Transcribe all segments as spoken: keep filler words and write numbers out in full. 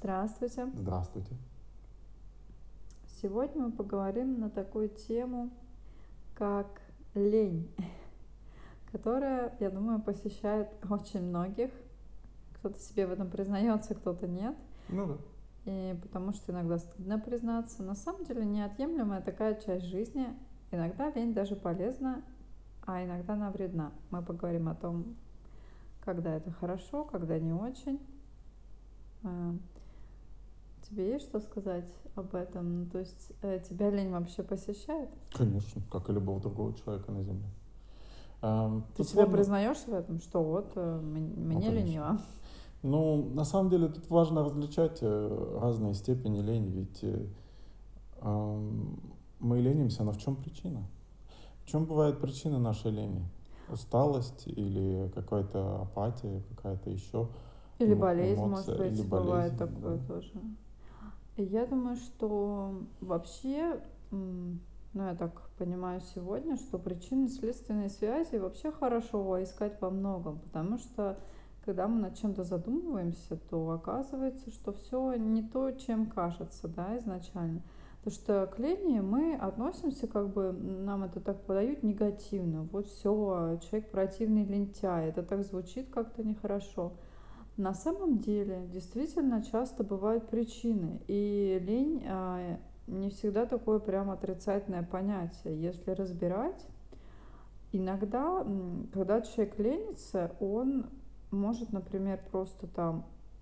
Здравствуйте. Здравствуйте. Сегодня мы поговорим на такую тему, как лень, которая, я думаю, посещает очень многих. Кто-то себе в этом признается, кто-то нет. Ну да. И потому что иногда стыдно признаться. На самом деле неотъемлемая такая часть жизни. Иногда лень даже полезна, а иногда она вредна. Мы поговорим о том, когда это хорошо, когда не очень. Тебе есть что сказать об этом? Ну, то есть э, тебя лень вообще посещает? Конечно, как и любого другого человека на Земле. А, Ты тут себе важно... признаешься в этом, что вот э, м- Ну, мне конечно. лениво? Ну, на самом деле тут важно различать э, разные степени лени, ведь э, ам, мы ленимся, но в чем причина? В чем бывает причина нашей лени? Усталость или какая-то апатия, какая-то еще Или эмо- болезнь, может эмоция, или быть, бывает болезнь, такое да? тоже. И я думаю, что вообще, м, ну я так понимаю сегодня, что причинно-следственные связи вообще хорошо искать во многом, потому что когда мы над чем-то задумываемся, то оказывается, что все не то, чем кажется, да, изначально. Потому что к лени мы относимся, как бы нам это так подают негативно. Вот все, человек противный лентяй. Это так звучит как-то нехорошо. На самом деле, действительно, часто бывают причины, и лень а, не всегда такое прям отрицательное понятие. Если разбирать, иногда, м, когда человек ленится, он может, например, просто там,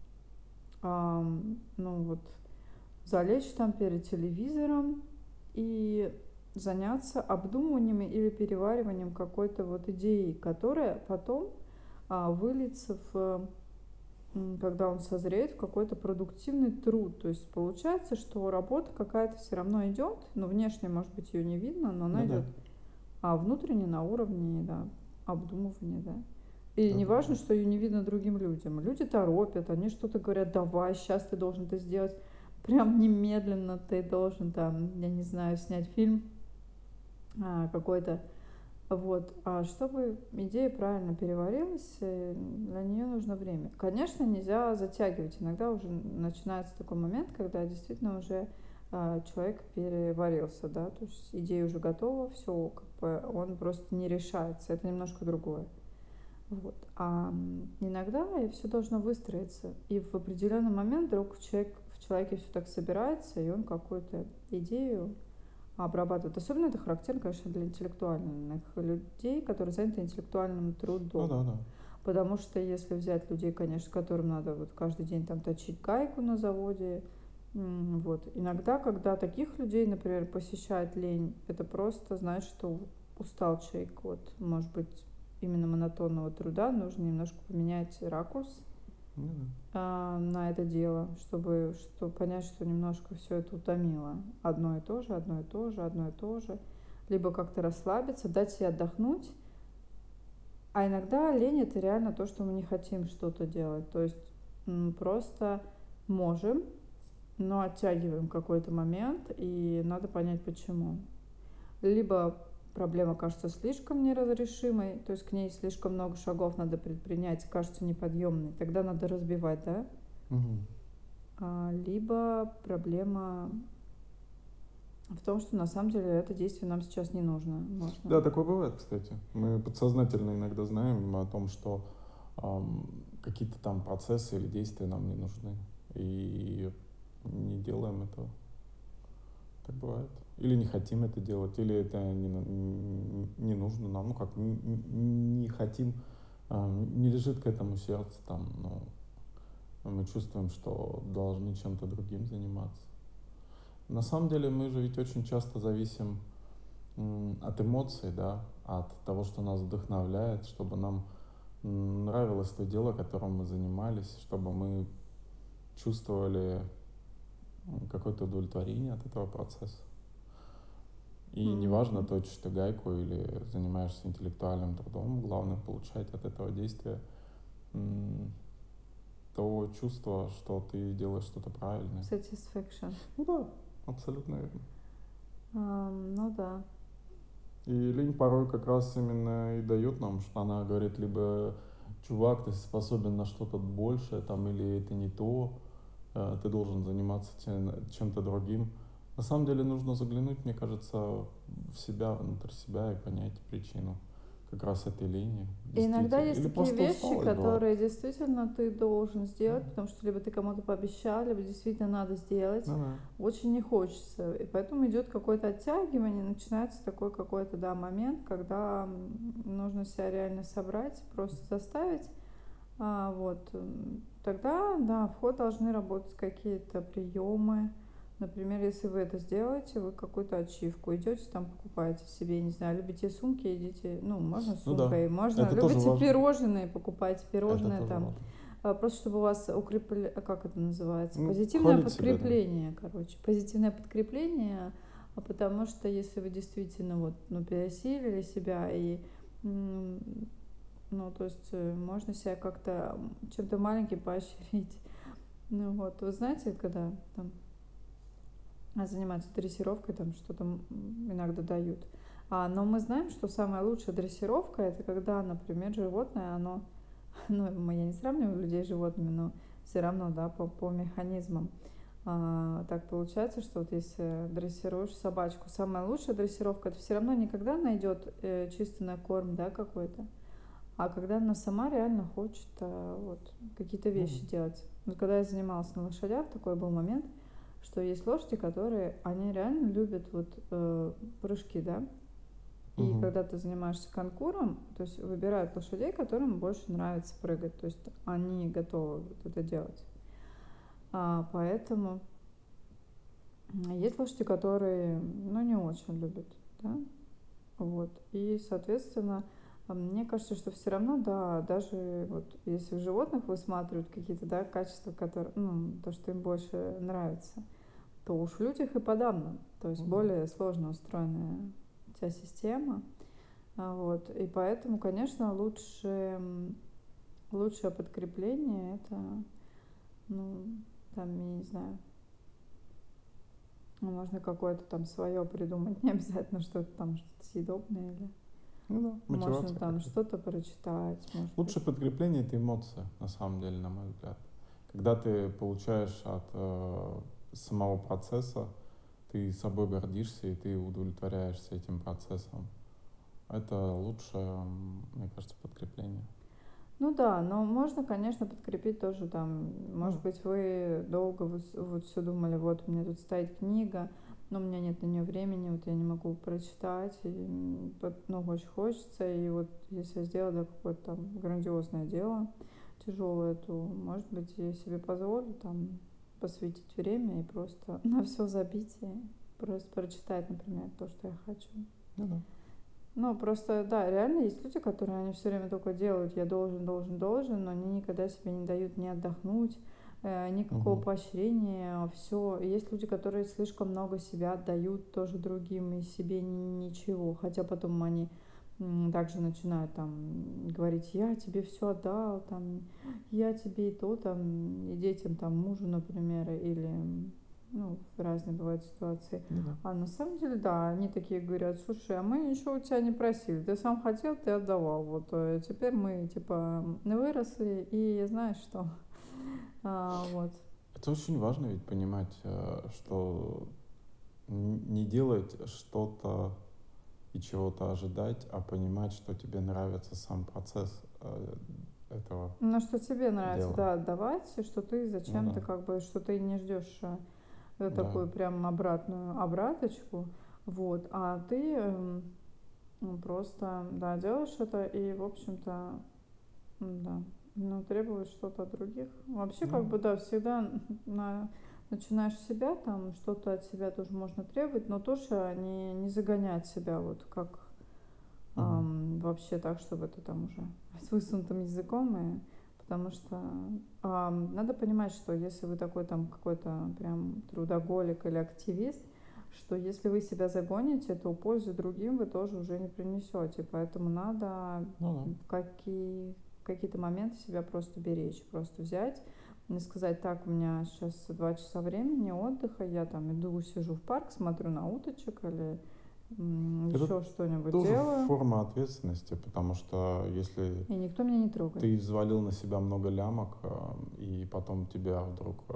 ам, ну вот, залечь там перед телевизором и заняться обдумыванием или перевариванием какой-то вот идеи, которая потом а, выльется в когда он созреет в какой-то продуктивный труд. То есть получается, что работа какая-то все равно идет, но внешне, может быть, ее не видно, но она Да-да. идет, а внутренне на уровне, да, обдумывания, да. И не Да-да-да. важно, что ее не видно другим людям. Люди торопят, они что-то говорят: давай, сейчас ты должен это сделать, прям немедленно ты должен там, я не знаю, снять фильм а, какой-то. Вот. А чтобы идея правильно переварилась, э, для нее нужно время. Конечно, нельзя затягивать. Иногда уже начинается такой момент, когда действительно уже а, человек переварился, да, то есть идея уже готова, все, как бы он просто не решается. Это немножко другое. Вот. А иногда все должно выстроиться. И в определенный момент вдруг человек, в человеке все так собирается, и он какую-то идею обрабатывают. Особенно это характерно, конечно, для интеллектуальных людей, которые заняты интеллектуальным Ну трудом. да, да. Потому что если взять людей, конечно, которым надо вот каждый день там точить гайку на заводе, вот. Иногда, когда таких людей, например, посещает лень, это просто значит, что устал человек. Вот, может быть, именно монотонного труда нужно немножко поменять ракурс Ну да. а, на это дело, чтобы, чтобы понять, что немножко все это утомило. Одно и то же, одно и то же, одно и то же. Либо как-то расслабиться, дать себе отдохнуть. А иногда лень — это реально то, что мы не хотим что-то делать. То есть м, просто можем, но оттягиваем какой-то момент, и надо понять, почему. Либо проблема кажется слишком неразрешимой, то есть к ней слишком много шагов надо предпринять, кажется неподъемной. Тогда надо разбивать, да? Мгм. А, либо проблема в том, что на самом деле это действие нам сейчас не нужно. Да, Можно. такое бывает, кстати. Мы подсознательно иногда знаем о том, что ам, какие-то там процессы или действия нам не нужны. И не делаем этого. Так бывает. Или не хотим это делать, или это не, на- не нужно нам. Ну как, не, не- не хотим, ам, не лежит к этому сердце там, но мы чувствуем, что должны чем-то другим заниматься. На самом деле мы же ведь очень часто зависим м, от эмоций, да, от того, что нас вдохновляет, чтобы нам м, нравилось то дело, которым мы занимались, чтобы мы чувствовали м, какое-то удовлетворение от этого процесса. И неважно, Мгм. точишь ты гайку или занимаешься интеллектуальным трудом, главное получать от этого действия м, то чувство, что ты делаешь что-то правильное. Satisfaction. Ну да, абсолютно верно. Ам, ну да. И лень порой как раз именно и дает нам, что она говорит либо: чувак, ты способен на что-то большее, там, или это не то, э, ты должен заниматься тем- чем-то другим. На самом деле нужно заглянуть, мне кажется, в себя, внутрь себя и понять причину как раз этой лени, И иногда действительно. есть Или такие просто вещи, усталость бывает. которые действительно ты должен сделать, Мгм. потому что либо ты кому-то пообещал, либо действительно надо сделать. Ну да. Очень не хочется. И поэтому идет какое-то оттягивание, начинается такой какой-то, да, момент, когда м, нужно себя реально собрать, просто заставить. А, вот. м, Тогда, да, в ход должны работать какие-то приемы. Например, если вы это сделаете, вы какую-то ачивку идете, там покупаете себе, не знаю, любите сумки, идите, ну, можно Ну да. сумкой, можно, Это тоже любите важно. пирожные, покупайте Это пирожные тоже там, важно. а, просто чтобы у вас укрепли, а как это называется, Ну, позитивное хвалить себя, да. подкрепление, короче, позитивное подкрепление, а потому что если вы действительно вот, ну, пересилили себя и м, ну, то есть э, можно себя как-то чем-то маленьким поощрить. Ну вот, вы знаете, когда там занимаются дрессировкой, там что-то м, иногда дают. А, но мы знаем, что самая лучшая дрессировка это когда, например, животное, оно, ну, мы- я не сравниваю людей с животными, но все равно, да, по, по механизмам. А, так получается, что вот если дрессируешь собачку, самая лучшая дрессировка, это все равно никогда найдет э, чисто на корм, да, какой-то. А когда она сама реально хочет а, вот, какие-то Ну да. вещи делать. Вот когда я занималась на лошадях, такой был момент, что есть лошади, которые, они реально любят вот э, прыжки, да. И Мгм. когда ты занимаешься конкуром, то есть выбирают лошадей, которым больше нравится прыгать, то есть они готовы вот это делать. А, поэтому есть лошади, которые, ну, не очень любят, да. Вот. И, соответственно, а, мне кажется, что все равно, да, даже вот если в животных высматривают какие-то, да, качества, которые, ну, то, что им больше нравится, то уж в людях и подавно. То есть Ну да. более сложно устроенная вся система. А, вот. И поэтому, конечно, лучше, м, лучшее подкрепление это, ну, там, я не знаю, ну, можно какое-то там свое придумать, не обязательно что-то там что-то съедобное или Ну да. можно Мотивация там какая-то. что-то прочитать, может быть. Лучшее подкрепление — это эмоция, на самом деле, на мой взгляд. Когда ты получаешь от э, самого процесса, ты собой гордишься и ты удовлетворяешься этим процессом. Это лучшее, м, мне кажется, подкрепление. Ну да, но можно, конечно, подкрепить тоже там. Ну Может да. быть, вы долго вот, вот все думали, вот у меня тут стоит книга, но у меня нет на нее времени, вот я не могу прочитать, и, м, вот, ну, очень хочется, и вот если я сделаю, да, какое-то там грандиозное дело, тяжелое, то, может быть, я себе позволю там посвятить время и просто на все забить и просто прочитать, например, то, что я хочу. Ну да. Ну, просто, да, реально есть люди, которые они все время только делают, я должен, должен, должен, но они никогда себе не дают ни отдохнуть, э, никакого Мгм. поощрения, все. Есть люди, которые слишком много себя отдают тоже другим и себе ничего, хотя потом они м, также начинают там говорить, я тебе все отдал, там, я тебе и то, там, и детям, там, мужу, например, или, ну, разные бывают ситуации. Ну да. А на самом деле, да, они такие говорят, слушай, а мы ничего у тебя не просили, ты сам хотел, ты отдавал, вот э, теперь мы, типа, выросли, и знаешь что, а, вот. Это очень важно ведь понимать, э, что н- не делать что-то и чего-то ожидать, а понимать, что тебе нравится сам процесс э, этого Ну, что тебе нравится, дела. да, отдавать, и что ты Ну зачем-то, да. как бы, что ты не ждешь э, Да. такую прям обратную обраточку, вот, а ты эм, ну, просто, да, делаешь это, и, в общем-то, да, но требовать что-то от других. Вообще, как Ну, бы, да, всегда на, начинаешь с себя, там что-то от себя тоже можно требовать, но тоже не, не загонять себя, вот как мгм. ам, вообще так, чтобы это там уже с высунутым языком, и, потому что ам, надо понимать, что если вы такой там какой-то прям трудоголик или активист, что если вы себя загоните, то пользы другим вы тоже уже не принесете. Поэтому надо Ну да. в какие, какие-то моменты себя просто беречь, просто взять и сказать, так, у меня сейчас два часа времени отдыха, я там иду, сижу в парк, смотрю на уточек или м, Это еще что-нибудь тоже делаю, форма ответственности, потому что если и никто меня не трогает. ты взвалил на себя много лямок, э, и потом тебя вдруг э,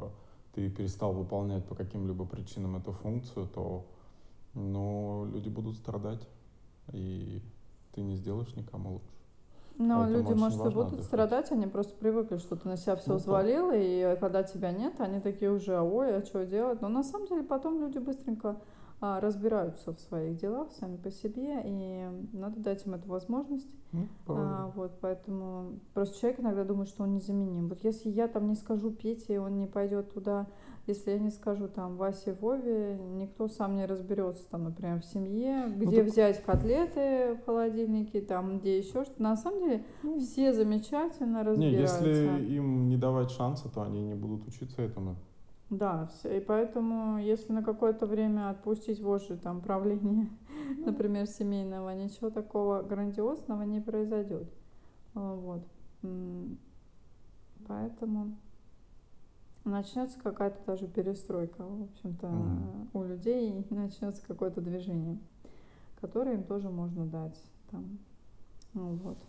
ты перестал выполнять по каким-либо причинам эту функцию, то, ну, люди будут страдать, и ты не сделаешь никому лучше. Но Поэтому люди, очень может, и важно будут отдыхать. страдать, они просто привыкли, что ты на себя все Ну да. взвалил, и когда тебя нет, они такие уже, ой, а что делать? Но на самом деле потом люди быстренько а, разбираются в своих делах сами по себе, и надо дать им эту возможность. Ну, по- А, вот, поэтому просто человек иногда думает, что он незаменим. Вот если я там не скажу Пете, он не пойдет туда. Если я не скажу там Васе, Вове, никто сам не разберется там, например, в семье, ну где так, взять котлеты в холодильнике, там, где еще что-то. На самом деле ну, все замечательно не, если разбираются. им не давать шанса, то они не будут учиться этому. Да, все. И поэтому, если на какое-то время отпустить вожжи там правление, Ну, например, семейного, ничего такого грандиозного не произойдет. А, Вот. М, Поэтому начнется какая-то даже перестройка, в общем-то, мгм. у людей, и начнется какое-то движение, которое им тоже можно дать. Там. Ну, вот.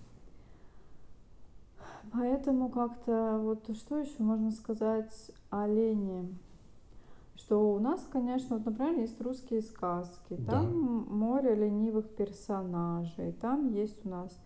Поэтому как-то вот что еще можно сказать о лени? Что у нас, конечно, вот, например, есть русские сказки, Да. там море ленивых персонажей, там есть у нас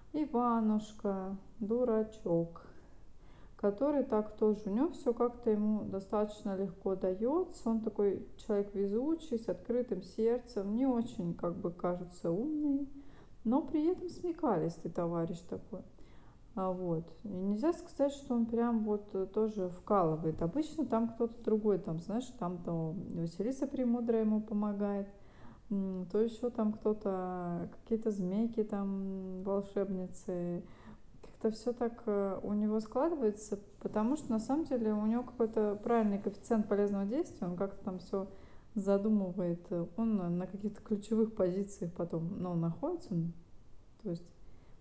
Иванушка, дурачок, который так тоже, у него все как-то ему достаточно легко дается, он такой человек везучий, с открытым сердцем, не очень, как бы, кажется, умный, но при этом смекалистый товарищ такой. А вот. И нельзя сказать, что он прям вот э, тоже вкалывает. Обычно там кто-то другой, там, знаешь, там то Василиса Премудрая ему помогает, м, то еще там кто-то, какие-то змейки там, волшебницы. Как-то все так э, у него складывается, потому что на самом деле у него какой-то правильный коэффициент полезного действия, он как-то там все задумывает, э, он на на каких-то ключевых позициях потом, ну, находится, то есть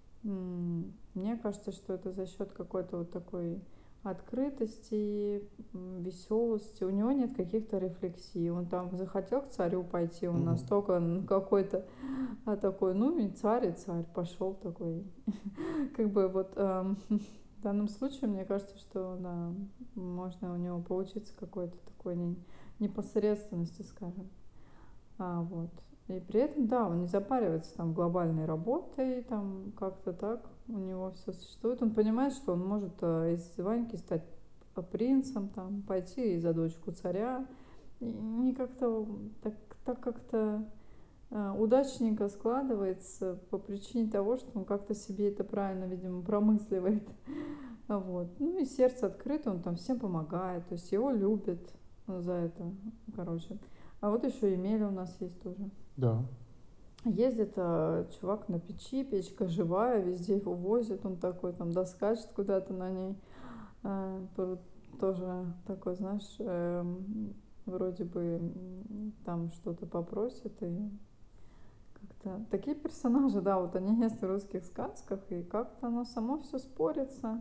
М, мне кажется, что это за счет какой-то вот такой открытости, веселости. У него нет каких-то рефлексий. Он там захотел к царю пойти, он Мгм. настолько какой-то а такой, ну и царь, и царь пошел такой. Как бы вот эм, в данном случае, мне кажется, что да, можно у него поучиться какой-то такой не- непосредственности, скажем. А, вот. И при этом, да, он не запаривается там глобальной работой, там как-то так у него все существует. Он понимает, что он может э, из Ваньки стать п- принцем, там, пойти за дочку царя. И не как-то так, так как-то э, удачненько складывается по причине того, что он как-то себе это правильно, видимо, промысливает. А Вот. Ну и сердце открыто, он там всем помогает, то есть его любят за это, короче. А вот еще Емеля у нас есть тоже. Да. Ездит а, чувак на печи, печка живая, везде его возят, он такой там доскачет куда-то на ней. А, тоже такой, знаешь, эм, вроде бы м, там что-то попросит и как-то... Такие персонажи, да, вот они есть в русских сказках, и как-то оно само все спорится.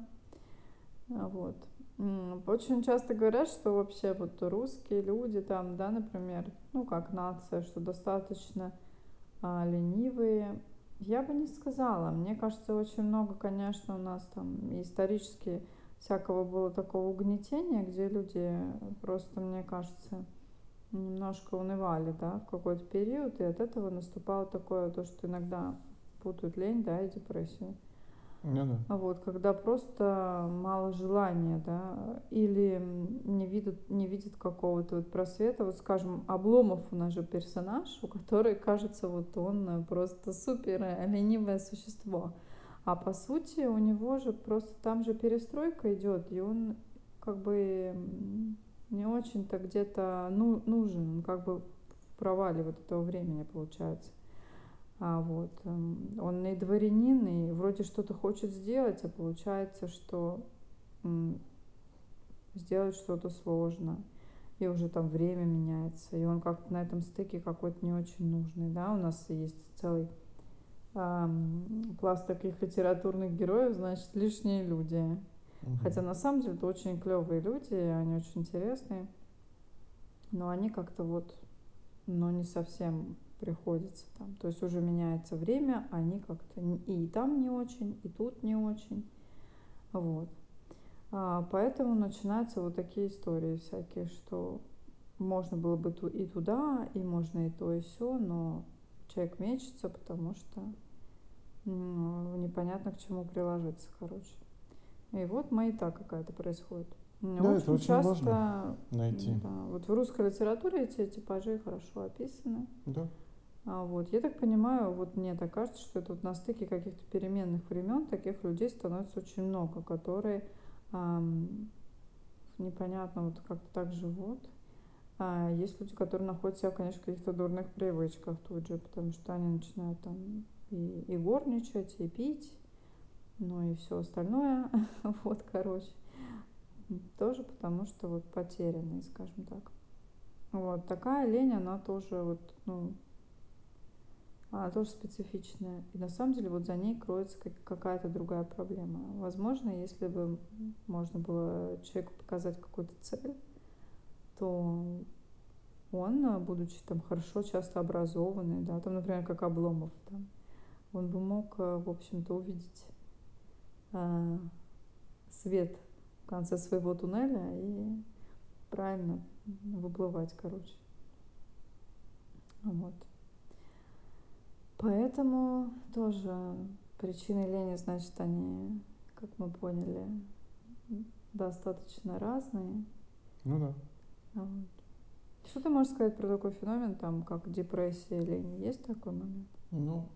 А, Вот. М, Очень часто говорят, что вообще вот русские люди там, да, например, ну как нация, что достаточно а, ленивые. Я бы не сказала. Мне кажется, очень много, конечно, у нас там исторически всякого было такого угнетения, где люди просто, мне кажется, немножко унывали, да, в какой-то период, и от этого наступало такое, то, что иногда путают лень, да, и депрессию. Ну да. А Вот, когда просто мало желания, да, или не видят, не видят какого-то вот просвета. Вот, скажем, Обломов у нас же персонаж, у которого кажется, вот он э, просто супер э, ленивое существо. А по сути у него же просто там же перестройка идет, и он как бы не очень-то где-то ну, нужен, он как бы в провале вот этого времени получается. А вот эм, он и дворянин, и вроде что-то хочет сделать, а получается, что м, сделать что-то сложно. И уже там время меняется, и он как-то на этом стыке какой-то не очень нужный, да, у нас есть целый ам, пласт таких литературных героев, значит, лишние люди. Хотя Мгм. на самом деле это очень клевые люди, они очень интересные, но они как-то вот, но не совсем приходится там. То есть уже меняется время, они как-то и там не очень, и тут не очень. Вот. А, поэтому начинаются вот такие истории всякие, что можно было бы ту- и туда, и можно и то, и все, но человек мечется, потому что м, непонятно к чему приложиться, короче. И вот маята какая-то происходит. М, Да, это Очень очень важно часто, найти. м, да, вот в русской литературе эти типажи хорошо описаны. Да. А вот, я так понимаю, вот мне так кажется, что это вот на стыке каких-то переменных времен таких людей становится очень много, которые ам, непонятно вот как-то так живут. А есть люди, которые находят себя, конечно, в каких-то дурных привычках тут же, потому что они начинают там и, и горничать, и пить, ну и все остальное. Вот, короче. Тоже потому что вот потерянные, скажем так. Вот такая лень, она тоже вот, ну, она тоже специфичная. И на самом деле вот за ней кроется как- какая-то другая проблема. Возможно, если бы можно было человеку показать какую-то цель, то он, а, будучи там хорошо, часто образованный, да, там, например, как Обломов, там, он бы мог, а, в общем-то, увидеть а, свет в конце своего туннеля и правильно выплывать, короче. Вот. Поэтому тоже причины лени, значит, они, как мы поняли, достаточно разные. Ну да. Вот. Что ты можешь сказать про такой феномен, там, как депрессия, лень? Есть такой момент? Ну,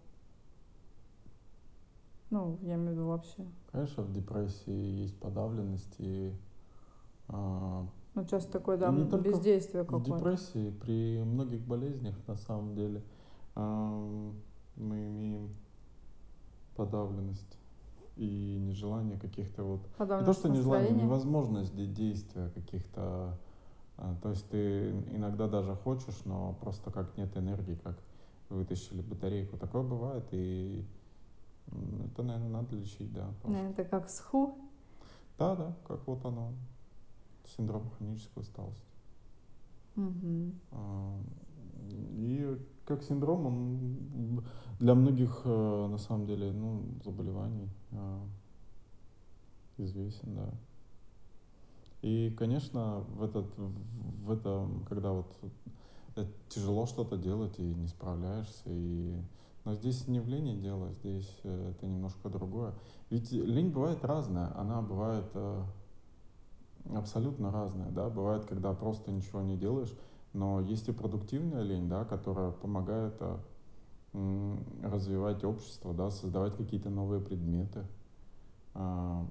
Ну, я имею в виду вообще. конечно, в депрессии есть подавленность и, а, Ну, часто такое, и да, не только в, бездействие в какое-то. депрессии, при многих болезнях на самом деле ам, мы имеем подавленность и нежелание каких-то вот, не то Подавленность что нежелание, настроения. невозможность де- действия каких-то, а, то есть ты иногда даже хочешь, но просто как нет энергии, как вытащили батарейку. Такое бывает, и м, это, наверное, надо лечить, да, просто. Это как сху. Да, да, как вот оно, синдром хронической усталости. Угу. А, И как синдром, он для многих, э, на самом деле, ну, заболеваний а, известен, да. И, конечно, в этот, в этом, когда вот э, тяжело что-то делать и не справляешься, и... но здесь не в лени дело, здесь э, это немножко другое. Ведь лень бывает разная, она бывает э, абсолютно разная, да, бывает, когда просто ничего не делаешь, но есть и продуктивная лень, да, которая помогает э, м, развивать общество, да, создавать какие-то новые предметы. А,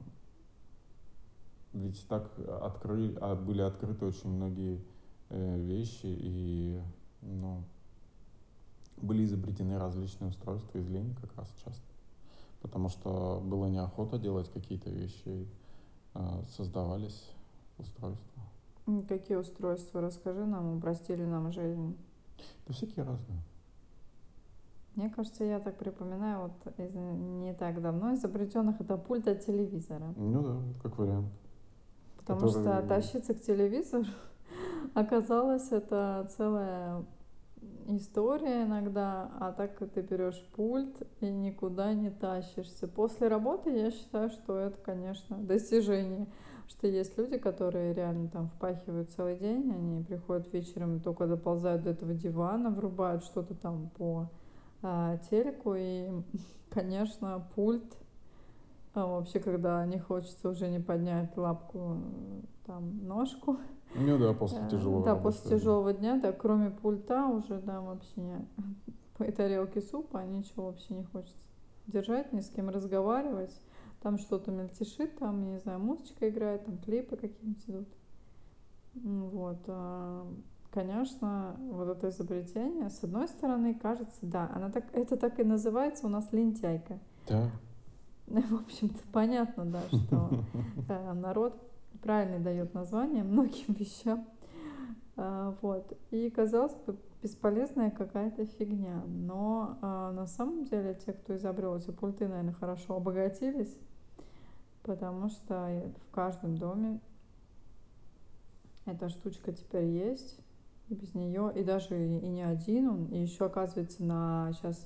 Ведь так откры, а, были открыты очень многие э, вещи, и ну, были изобретены различные устройства из лени как раз часто. Потому что было неохота делать какие-то вещи, и э, создавались устройства. Какие устройства? Расскажи нам, упростили нам жизнь. Да всякие разные. Мне кажется, я так припоминаю, вот из не так давно изобретенных это пульт от телевизора. Ну да, как вариант. Потому что Который, тащиться к телевизору оказалось это целая история иногда, а так как ты берешь пульт и никуда не тащишься. После работы я считаю, что это, конечно, достижение. Что есть люди, которые реально там впахивают целый день, они приходят вечером и только доползают до этого дивана, врубают что-то там по а, телеку, и, конечно, пульт, а вообще, когда не хочется уже не поднять лапку, э, там, ножку, ну да, после э, тяжелого да, после рабочего дня. тяжелого дня, да, кроме пульта уже, да, вообще по тарелке супа ничего вообще не хочется держать, ни с кем разговаривать. Там что-то мельтешит, там, я не знаю, музычка играет, там клипы какие-нибудь идут. Вот. а, Конечно, вот это изобретение, с одной стороны, кажется, да, она так, это так и называется у нас лентяйка. Да. В общем-то, понятно, да, что э, народ правильно дает название многим вещам. А, Вот. И казалось бы, бесполезная какая-то фигня. Но а, на самом деле те, кто изобрел эти пульты, наверное, хорошо обогатились, потому что в каждом доме эта штучка теперь есть. И без нее, и даже и, и не один он, и еще оказывается на сейчас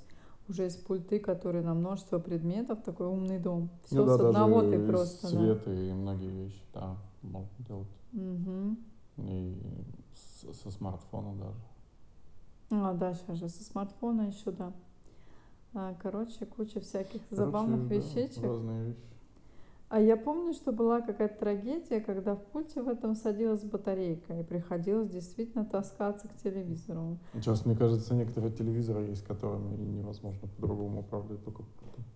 уже есть пульты, которые на множество предметов, такой умный дом. Ну Все да, с одного ты даже из просто, да. света и многие вещи, да, можно делать. Угу. И с- со смартфона даже. А, да, сейчас же со смартфона еще, да. А, короче, куча всяких забавных Короче, да, вещичек. разные вещи. А я помню, что была какая-то трагедия, когда в пульте в этом садилась батарейка, и приходилось действительно таскаться к телевизору. Сейчас, мне кажется, некоторые телевизоры есть, которыми невозможно по-другому управлять, только пультом.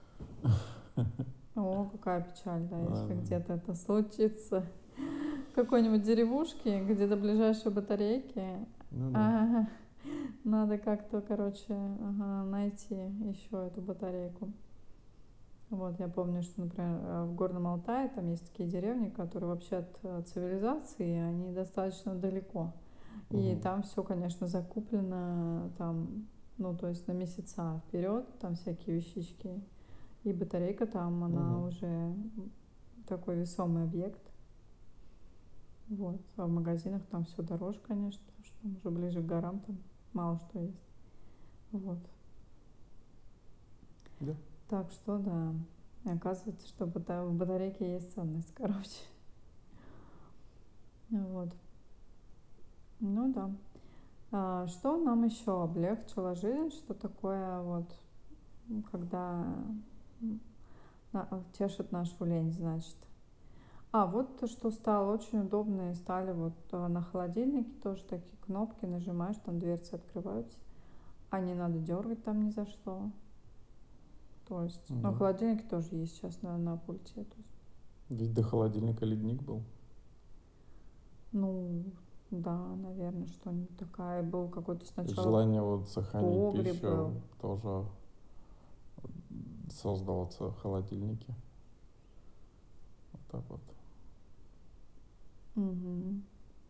О, какая печаль, да, А, если где-то это случится. В какой-нибудь деревушке, где до ближайшей батарейки, ну да. ага, надо как-то, короче, ага, найти еще эту батарейку. Вот, я помню, что, например, э, в Горном Алтае там есть такие деревни, которые вообще от э, цивилизации, они достаточно далеко. И Мгм. там все, конечно, закуплено там, ну, то есть на месяца вперед, там всякие вещички. И батарейка там, она Мгм. уже такой весомый объект. Вот. А в магазинах там все дороже, конечно, потому что там уже ближе к горам там мало что есть. Вот. Да. Так что да. И оказывается, что бата- в батарейке есть ценность, короче. Вот. Ну да. А, что нам еще облегчило жизнь? Что такое вот, м, когда м, на- тешит нашу лень, значит. А, вот то, что стало очень удобно, и стали вот а, на холодильнике тоже такие кнопки, нажимаешь, там дверцы открываются, а не надо дергать там ни за что. То есть, ну, Да. холодильник тоже есть сейчас на, на пульте. То есть, Ведь до холодильника ледник был. ну, да, наверное, что-нибудь такая. Был какой-то И сначала желание вот сохранить погреб был. пищу тоже создался в холодильнике. Вот так вот. Мгм.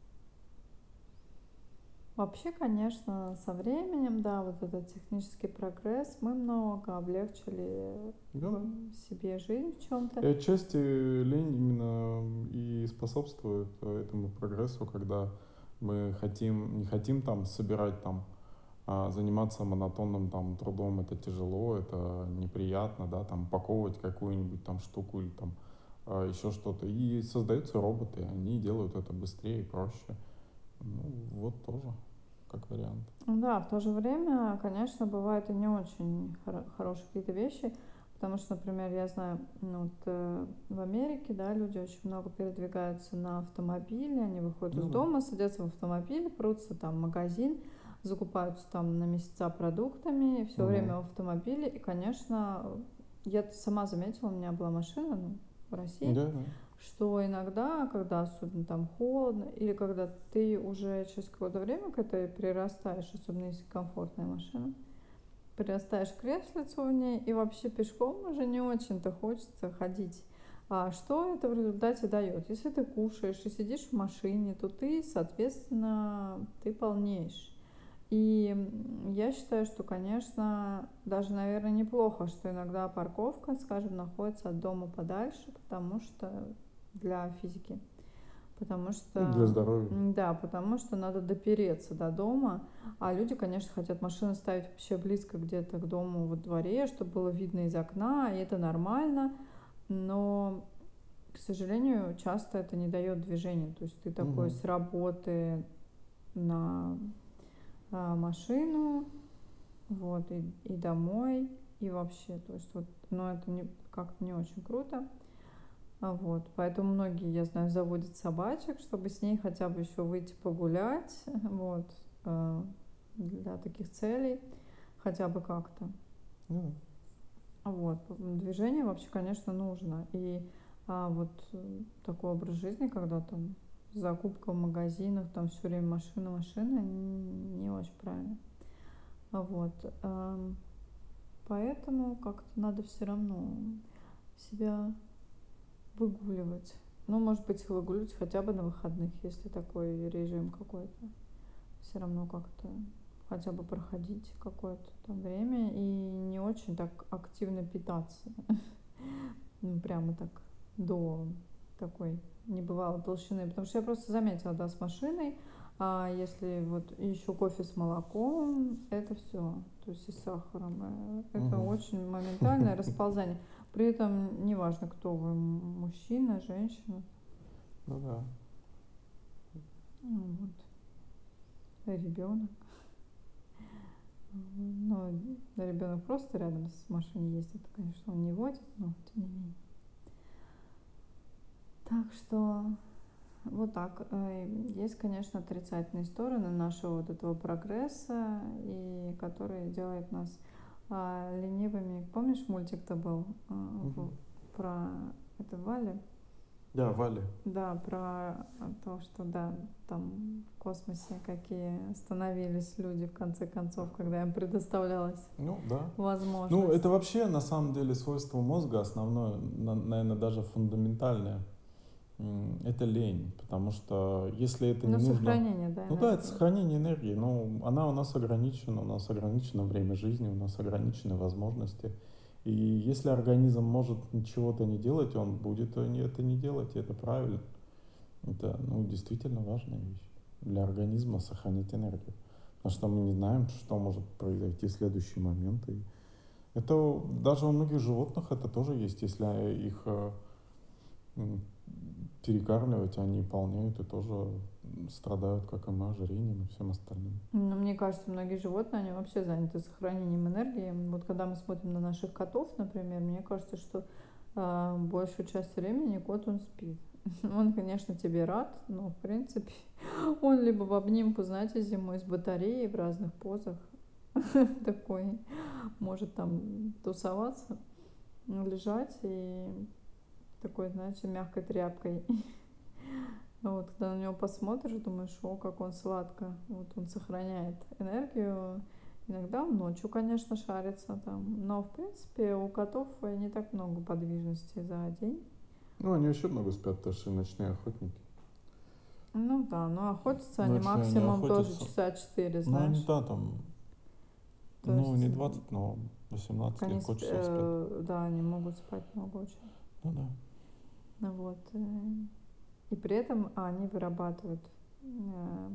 Вообще, конечно, со временем, да, вот этот технический прогресс, мы много облегчили Да. в себе жизнь в чем-то. И отчасти лень именно и способствует этому прогрессу, когда мы хотим, не хотим там собирать там, а, заниматься монотонным там трудом, это тяжело, это неприятно, да, там упаковывать какую-нибудь там штуку или там а, еще что-то. И создаются роботы, они делают это быстрее и проще. Ну, вот тоже как вариант. Да, в то же время, конечно, бывают и не очень хоро- хорошие какие-то вещи, потому что, например, я знаю, ну, вот, э, в Америке, да, люди очень много передвигаются на автомобиле, они выходят из Ну да. дома, садятся в автомобиль, прутся там в магазин, закупаются там на месяца продуктами, все Мгм. время в автомобиле, и, конечно, я сама заметила, у меня была машина, ну, в России, Да, да. что иногда, когда особенно там холодно, или когда ты уже через какое-то время к этой прирастаешь, особенно если комфортная машина, прирастаешь к креслицу в ней, и вообще пешком уже не очень-то хочется ходить. А что это в результате дает? Если ты кушаешь и сидишь в машине, то ты, соответственно, ты полнеешь. И я считаю, что, конечно, даже, наверное, неплохо, что иногда парковка, скажем, находится от дома подальше, потому что для физики. Потому Ну, для что, здоровья. да, потому что надо допереться до дома, а люди, конечно, хотят машины ставить вообще близко где-то к дому во дворе, чтобы было видно из окна, и это нормально, но, к сожалению, часто это не дает движения. То есть ты такой Мгм. с работы на а, машину, вот, и, и домой, и вообще, то есть вот, но это не, как-то не очень круто. А вот, поэтому многие, я знаю, заводят собачек, чтобы с ней хотя бы еще выйти погулять, вот, э, для таких целей, хотя бы как-то. Ну Вот, движение вообще, конечно, нужно. И а, вот э, такой образ жизни, когда там закупка в магазинах, там все время машина, машина, н- не очень правильно. А вот, эм, поэтому как-то надо все равно себя выгуливать. Ну, может быть, выгуливать хотя бы на выходных, если такой режим какой-то. Все равно как-то хотя бы проходить какое-то там время и не очень так активно питаться. Ну, прямо так до такой небывалой толщины. Потому что я просто заметила, да, с машиной, А если вот еще кофе с молоком, это все, то есть и с сахаром, э, это Мгм. очень моментальное расползание. При этом неважно, кто вы, м, мужчина, женщина, Ну да. ну вот, ребенок. Ну, ребенок просто рядом с машиной ездит, конечно, он не водит, но тем не менее. Так что вот так. Э, Есть, конечно, отрицательные стороны нашего вот этого прогресса, и который делает нас а, ленивыми. Помнишь, мультик-то был а, Мгм. в- про это Валя? Да, Вали. Да, про то, что да, там в космосе какие становились люди в конце концов, когда им предоставлялась Ну да. Ну, возможность. это вообще на самом деле свойство мозга основное, наверное, даже фундаментальное. М, Это лень, потому что если это Ну, не нужно... сохранение, да, Ну да, это энергии. сохранение энергии, но она у нас ограничена, у нас ограничено время жизни, у нас ограничены возможности. И если организм может чего-то не делать, он будет это не делать, и это правильно. Это, ну, действительно важная вещь для организма сохранить энергию. Потому что мы не знаем, что может произойти в следующий момент. И это даже у многих животных это тоже есть. Если их э, м, перекармливать, они полнеют и тоже страдают, как и мы, ожирением и всем остальным. Ну, мне кажется, многие животные, они вообще заняты сохранением энергии. Вот когда мы смотрим на наших котов, например, мне кажется, что а, большую часть времени кот, он спит. Он, конечно, тебе рад, но, в принципе, он либо в обнимку, знаете, зимой с батареей в разных позах такой, может там тусоваться, лежать и такой, знаете, мягкой тряпкой. Вот, когда на него посмотришь, думаешь, о, как он сладко. Вот он сохраняет энергию. Иногда он ночью, конечно, шарится там. Но, в принципе, у котов не так много подвижности за день. Ну, они еще много спят, потому что ночные охотники. Ну да, но охотятся Но они если они максимум тоже охотятся, часа четыре, ну, они, знаешь. да, там, То ну, есть, не двадцать, но так восемнадцать они, легко сп- часов спят. э, да, они могут спать много очень. Ну да. Ну вот. э, И при этом они вырабатывают э,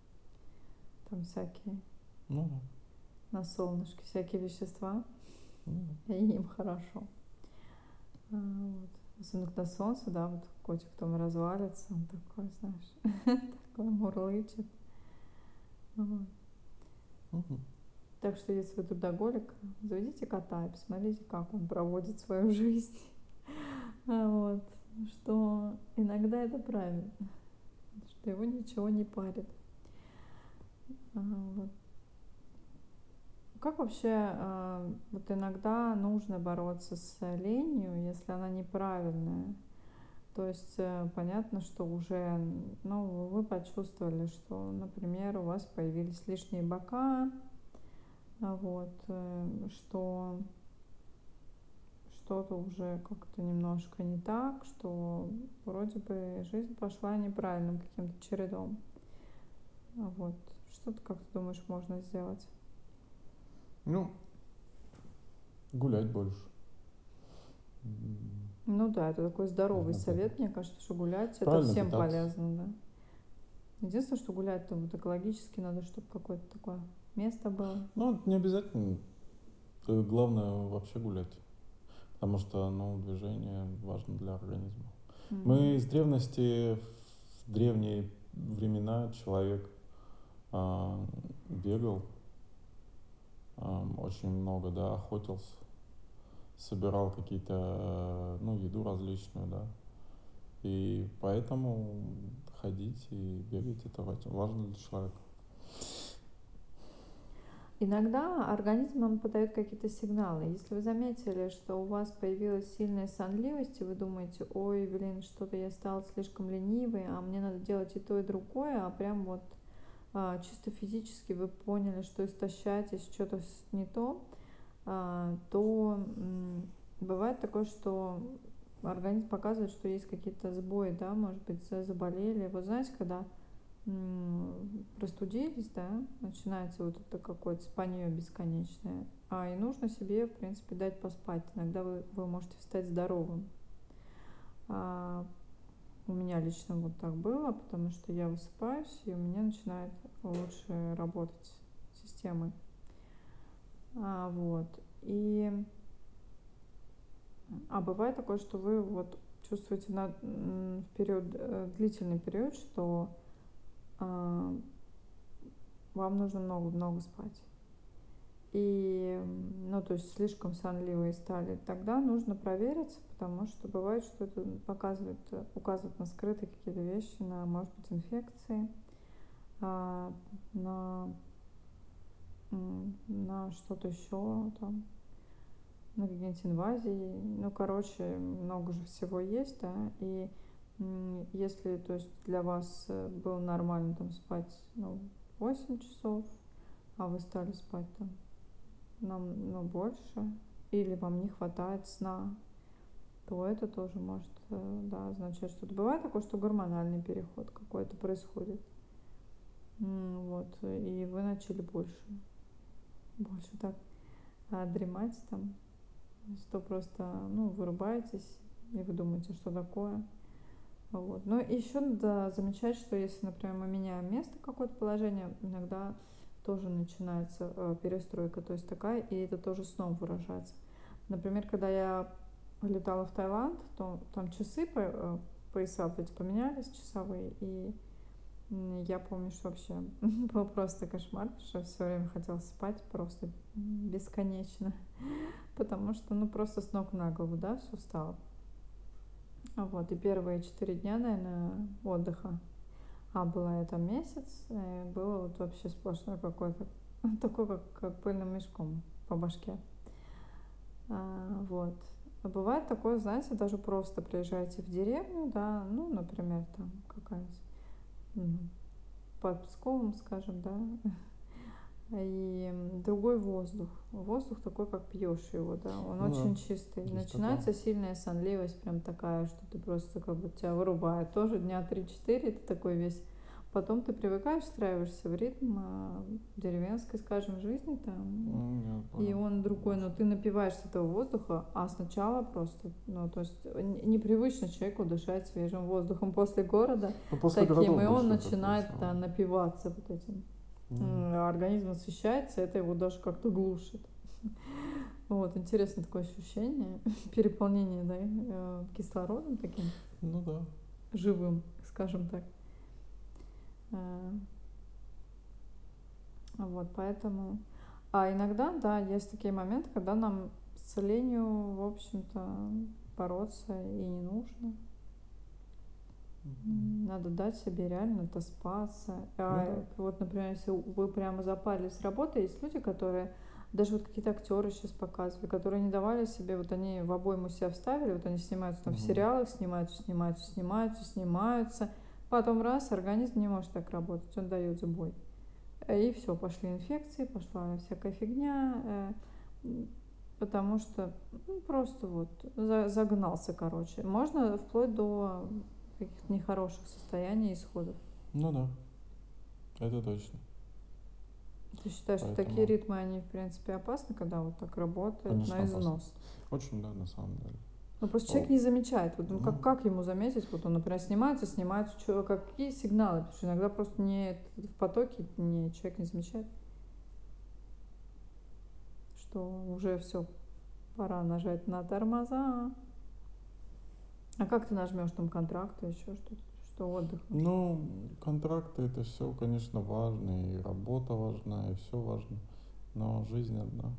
там всякие Ну да. на солнышке всякие вещества, Ну да. и им хорошо. А, вот. Особенно когда солнце, да, вот котик там развалится, он такой, знаешь, такой мурлычет. Вот. Мгм. Так что если вы трудоголик, заведите кота и посмотрите, как он проводит свою жизнь. А вот. Что иногда это правильно, что его ничего не парит. А, вот. Как вообще а, вот иногда нужно бороться с ленью, если она неправильная? То есть э, понятно, что уже, ну, вы почувствовали, что, например, у вас появились лишние бока, а вот, э, что что-то уже как-то немножко не так, что вроде бы жизнь пошла неправильным каким-то чередом. А вот, что ты, как ты думаешь, можно сделать? Ну, гулять больше. М, Ну да, это такой здоровый Можно совет, бегать. мне кажется, что гулять это Правильно всем питаться. полезно, да. Единственное, что гулять-то вот экологически надо, чтобы какое-то такое место было. Ну, это не обязательно. Э, Главное вообще гулять. Потому что, ну, движение важно для организма. М. Мы с древности, в древние времена человек а, бегал а, очень много, да, охотился, собирал какие-то, э, ну, еду различную, да. И поэтому ходить и бегать это ва- важно для человека. Иногда организм нам подает какие-то сигналы. Если вы заметили, что у вас появилась сильная сонливость, и вы думаете, ой, блин, что-то я стал слишком ленивый, а мне надо делать и то, и другое, а прям вот а, чисто физически вы поняли, что истощаетесь, что-то не то, а, то м, бывает такое, что организм показывает, что есть какие-то сбои, да, может быть, за- заболели. Вот знаете, когда м, простудились, да, начинается вот это какое-то спанье бесконечное, а и нужно себе, в принципе, дать поспать. Иногда вы, вы можете встать здоровым. А, у меня лично вот так было, потому что я высыпаюсь, и у меня начинает лучше работать системы. А, вот. И, а бывает такое, что вы вот чувствуете на, в период, э, длительный период, что а, вам нужно много-много спать. И, ну, то есть слишком сонливые стали, тогда нужно провериться, потому что бывает, что это показывает, указывает на скрытые какие-то вещи, на, может быть, инфекции, а, на, на что-то еще, там, на какие-нибудь инвазии. Ну, короче, много же всего есть, да, и если, то есть, для вас было нормально там спать, ну, восемь часов, а вы стали спать там нам, ну, больше, или вам не хватает сна, то это тоже может, да, означать что-то. Бывает такое, что гормональный переход какой-то происходит. Вот, и вы начали больше, больше так а, дремать там, что просто, ну, вырубаетесь, и вы думаете, что такое. Вот. Ну, и еще надо замечать, что если, например, мы меняем место, какое-то положение, иногда тоже начинается э, перестройка, то есть такая, и это тоже сном выражается. Например, когда я полетала в Таиланд, то там часы, по, пояса вот эти поменялись, часовые, и я помню, что вообще был просто кошмар, потому что все время хотела спать просто бесконечно, потому что, ну, просто с ног на голову, да, все встало. Вот, и первые четыре дня, наверное, отдыха, а была я там месяц, и было вот вообще сплошной какой-то, такой, как, как пыльным мешком по башке. А, вот. А бывает такое, знаете, даже просто приезжаете в деревню, да, ну, например, там какая-нибудь, ну, под Псковом, скажем, да, и другой воздух. Воздух такой, как пьешь его, да, он Ну очень да, чистый. есть такое. Начинается сильная сонливость, прям такая, что ты просто как бы тебя вырубает. Тоже дня три-четыре ты такой весь. Потом ты привыкаешь, встраиваешься в ритм а, деревенской, скажем, жизни там, Ну, я и понял. он другой, но ты напиваешься этого воздуха, а сначала просто, ну, то есть непривычно человеку дышать свежим воздухом после города Ну, после таким, городов и он больших это начинает, да, самое. напиваться вот этим. Mm. Организм насыщается, это его даже как-то глушит. Вот, интересное такое ощущение, переполнение, да, кислородом таким, Ну да. живым, скажем так. А, Вот, поэтому... А иногда, да, есть такие моменты, когда нам с ленью, в общем-то, бороться и не нужно. Mm-hmm. Надо дать себе реально отоспаться. Ну А да. вот, например, если вы прямо запали с работы, есть люди, которые, даже вот какие-то актеры сейчас показывали, которые не давали себе, вот они в обойму себя вставили, вот они снимаются там в Угу. сериалах, снимаются, снимаются, снимаются, снимаются, потом раз, организм не может так работать, он дает сбой. И все, пошли инфекции, пошла всякая фигня, потому что, ну, просто вот загнался, короче. Можно вплоть до каких-то нехороших состояний, исходов. Ну да, это точно. Ты считаешь, что такие Поэтому, ритмы, они, в принципе, опасны, когда вот так работает конечно, на опасно. износ? Очень, да, на самом деле. Ну, просто О, человек не замечает. Вот, ну, как, ну, как ему заметить? Вот он, например, снимается, снимается, что, какие сигналы? Потому что иногда просто не в потоке не, человек не замечает, что уже все, пора нажать на тормоза. А как ты нажмешь там контракты, еще что-то, что отдыха? ну, контракты это все, конечно, важно, и работа важна, и все важно. Но жизнь одна.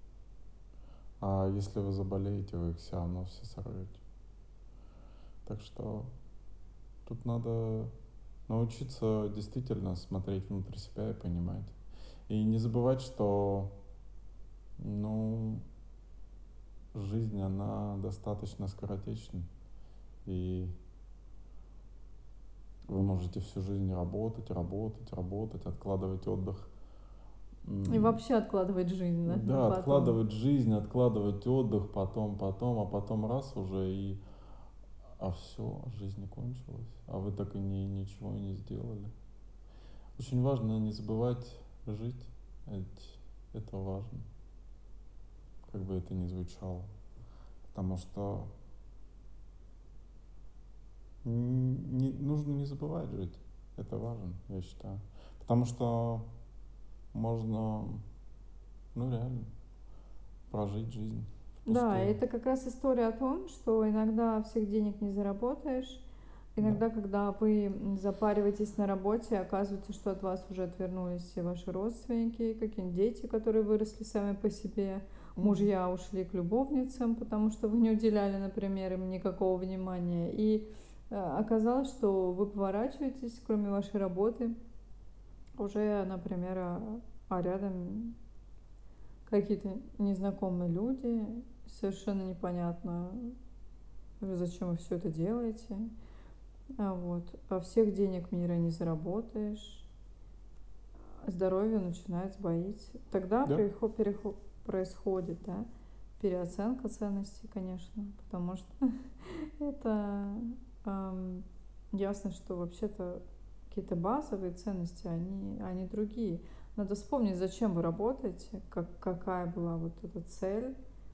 А если вы заболеете, вы их все равно все сорвете. Так что тут надо научиться действительно смотреть внутрь себя и понимать. И не забывать, что, ну, жизнь, она достаточно скоротечна. И вы можете всю жизнь работать, работать, работать, откладывать отдых. И вообще откладывать жизнь, да, на Да, потом. откладывать жизнь, откладывать отдых, потом, потом, а потом раз уже и... А все, жизнь кончилась, а вы так и не, ничего не сделали. Очень важно не забывать жить, ведь это важно, как бы это ни звучало. Потому что Не, нужно не забывать жить. Это важно, я считаю. Потому что можно, ну реально, прожить жизнь Да, впустую. это как раз история о том, что иногда всех денег не заработаешь. Да. Иногда, когда вы запариваетесь на работе, оказывается, что от вас уже отвернулись все ваши родственники, какие-нибудь дети, которые выросли сами по себе, Мгм. мужья ушли к любовницам, потому что вы не уделяли, например, им никакого внимания. И э, оказалось, что вы поворачиваетесь, кроме вашей работы, уже, например, а, а рядом какие-то незнакомые люди, совершенно непонятно, зачем вы все это делаете. А вот. А всех денег мира не заработаешь, здоровье начинает сбоить. Тогда Да. приход, переход, происходит, да, переоценка ценностей, конечно, потому что это эм, ясно, что вообще-то какие-то базовые ценности, они, они другие. Надо вспомнить, зачем вы работаете, как, какая была вот эта цель,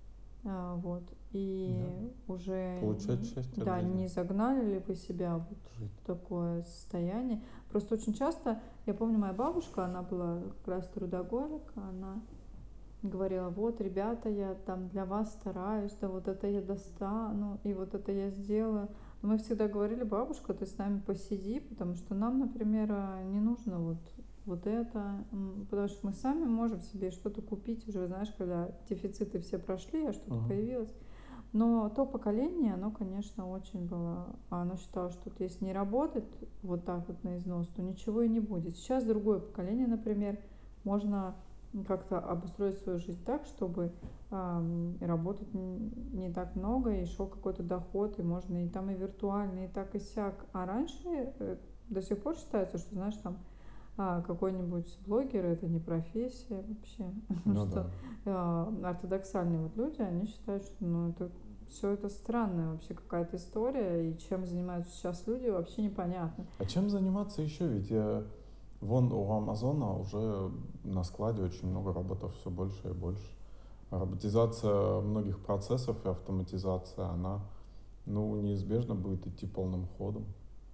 а, вот, Да. и уже, Получать счастье от да, жизни. не загнали ли вы себя вот Жить. в такое состояние. Просто очень часто, я помню, моя бабушка, она была как раз трудоголик, она говорила: вот, ребята, я там для вас стараюсь, да вот это я достану, и вот это я сделаю. Но мы всегда говорили: бабушка, ты с нами посиди, потому что нам, например, а, не нужно вот, вот это, потому что мы сами можем себе что-то купить уже, знаешь, когда дефициты все прошли, а что-то Ага. появилось. Но то поколение, оно, конечно, очень было, оно считало, что вот если не работать вот так вот на износ, то ничего и не будет. Сейчас другое поколение, например, можно как-то обустроить свою жизнь так, чтобы э, работать не так много, и шел какой-то доход, и можно и там и виртуально, и так, и сяк. А раньше э, до сих пор считается, что, знаешь, там а, какой-нибудь блогер — это не профессия вообще, Ну да. что э, ортодоксальные вот люди, они считают, что ну это все это странная вообще какая-то история, и чем занимаются сейчас люди, вообще непонятно. А чем заниматься еще? Ведь я, вон у Амазона уже на складе очень много роботов, все больше и больше. А роботизация многих процессов и автоматизация, она, ну, неизбежно будет идти полным ходом.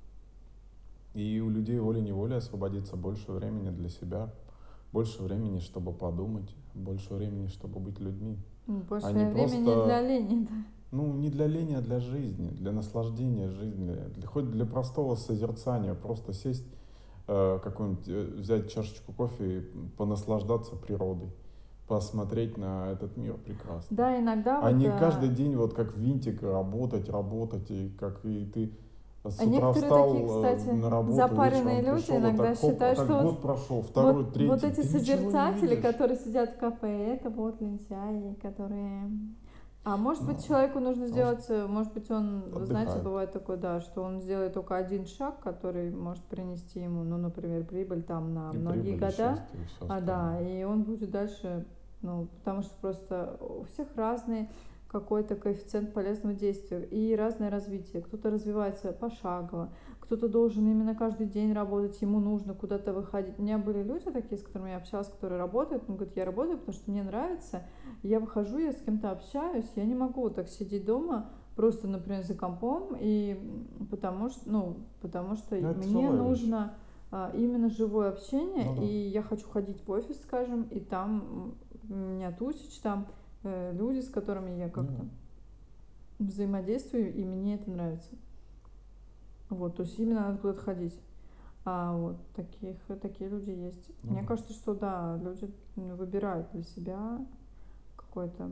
И у людей волей-неволей освободится больше времени для себя, больше времени, чтобы подумать, больше времени, чтобы быть людьми. А не Больше времени для просто, лени, да. ну, не для лени, а для жизни, для наслаждения жизни, для, хоть для простого созерцания, просто сесть, э, какую-нибудь, э, взять чашечку кофе и понаслаждаться природой, посмотреть на этот мир прекрасный. Да, иногда А вот, не каждый а, день вот как винтик работать, работать, и как и ты с а утра некоторые такие, встал э, кстати, на работу, запаренные вечером люди пришел, и иногда так хоп, а считают, так что вот, год прошел, второй, вот, вот третий, эти ты ничего не созерцатели, видишь. которые сидят в кафе, это вот лентяи, которые... А может быть, Ну, человеку нужно потому что сделать, э, может быть, он, вы знаете, отдыхает. бывает такое, да, что он сделает только один шаг, который может принести ему, ну, например, прибыль там на И многие прибыль, и года, счастье, и все а, да, остальное. и он будет дальше, ну, потому что просто у всех разный какой-то коэффициент полезного действия и разное развитие. Кто-то развивается пошагово, кто-то должен именно каждый день работать, ему нужно куда-то выходить. У меня были люди такие, с которыми я общалась, которые работают, он говорит: я работаю, потому что мне нравится, я выхожу, я с кем-то общаюсь, я не могу вот так сидеть дома просто, например, за компом, и потому что, ну, потому что Ну, это мне тяжелая вещь. нужно а, именно живое общение, Ну да. и я хочу ходить в офис, скажем, и там у меня тысяч там э, люди, с которыми я Ну да. как-то взаимодействую, и мне это нравится. Вот, то есть именно надо куда-то ходить. А вот таких, такие люди есть. Ну Мне да. кажется, что да, люди выбирают для себя какой-то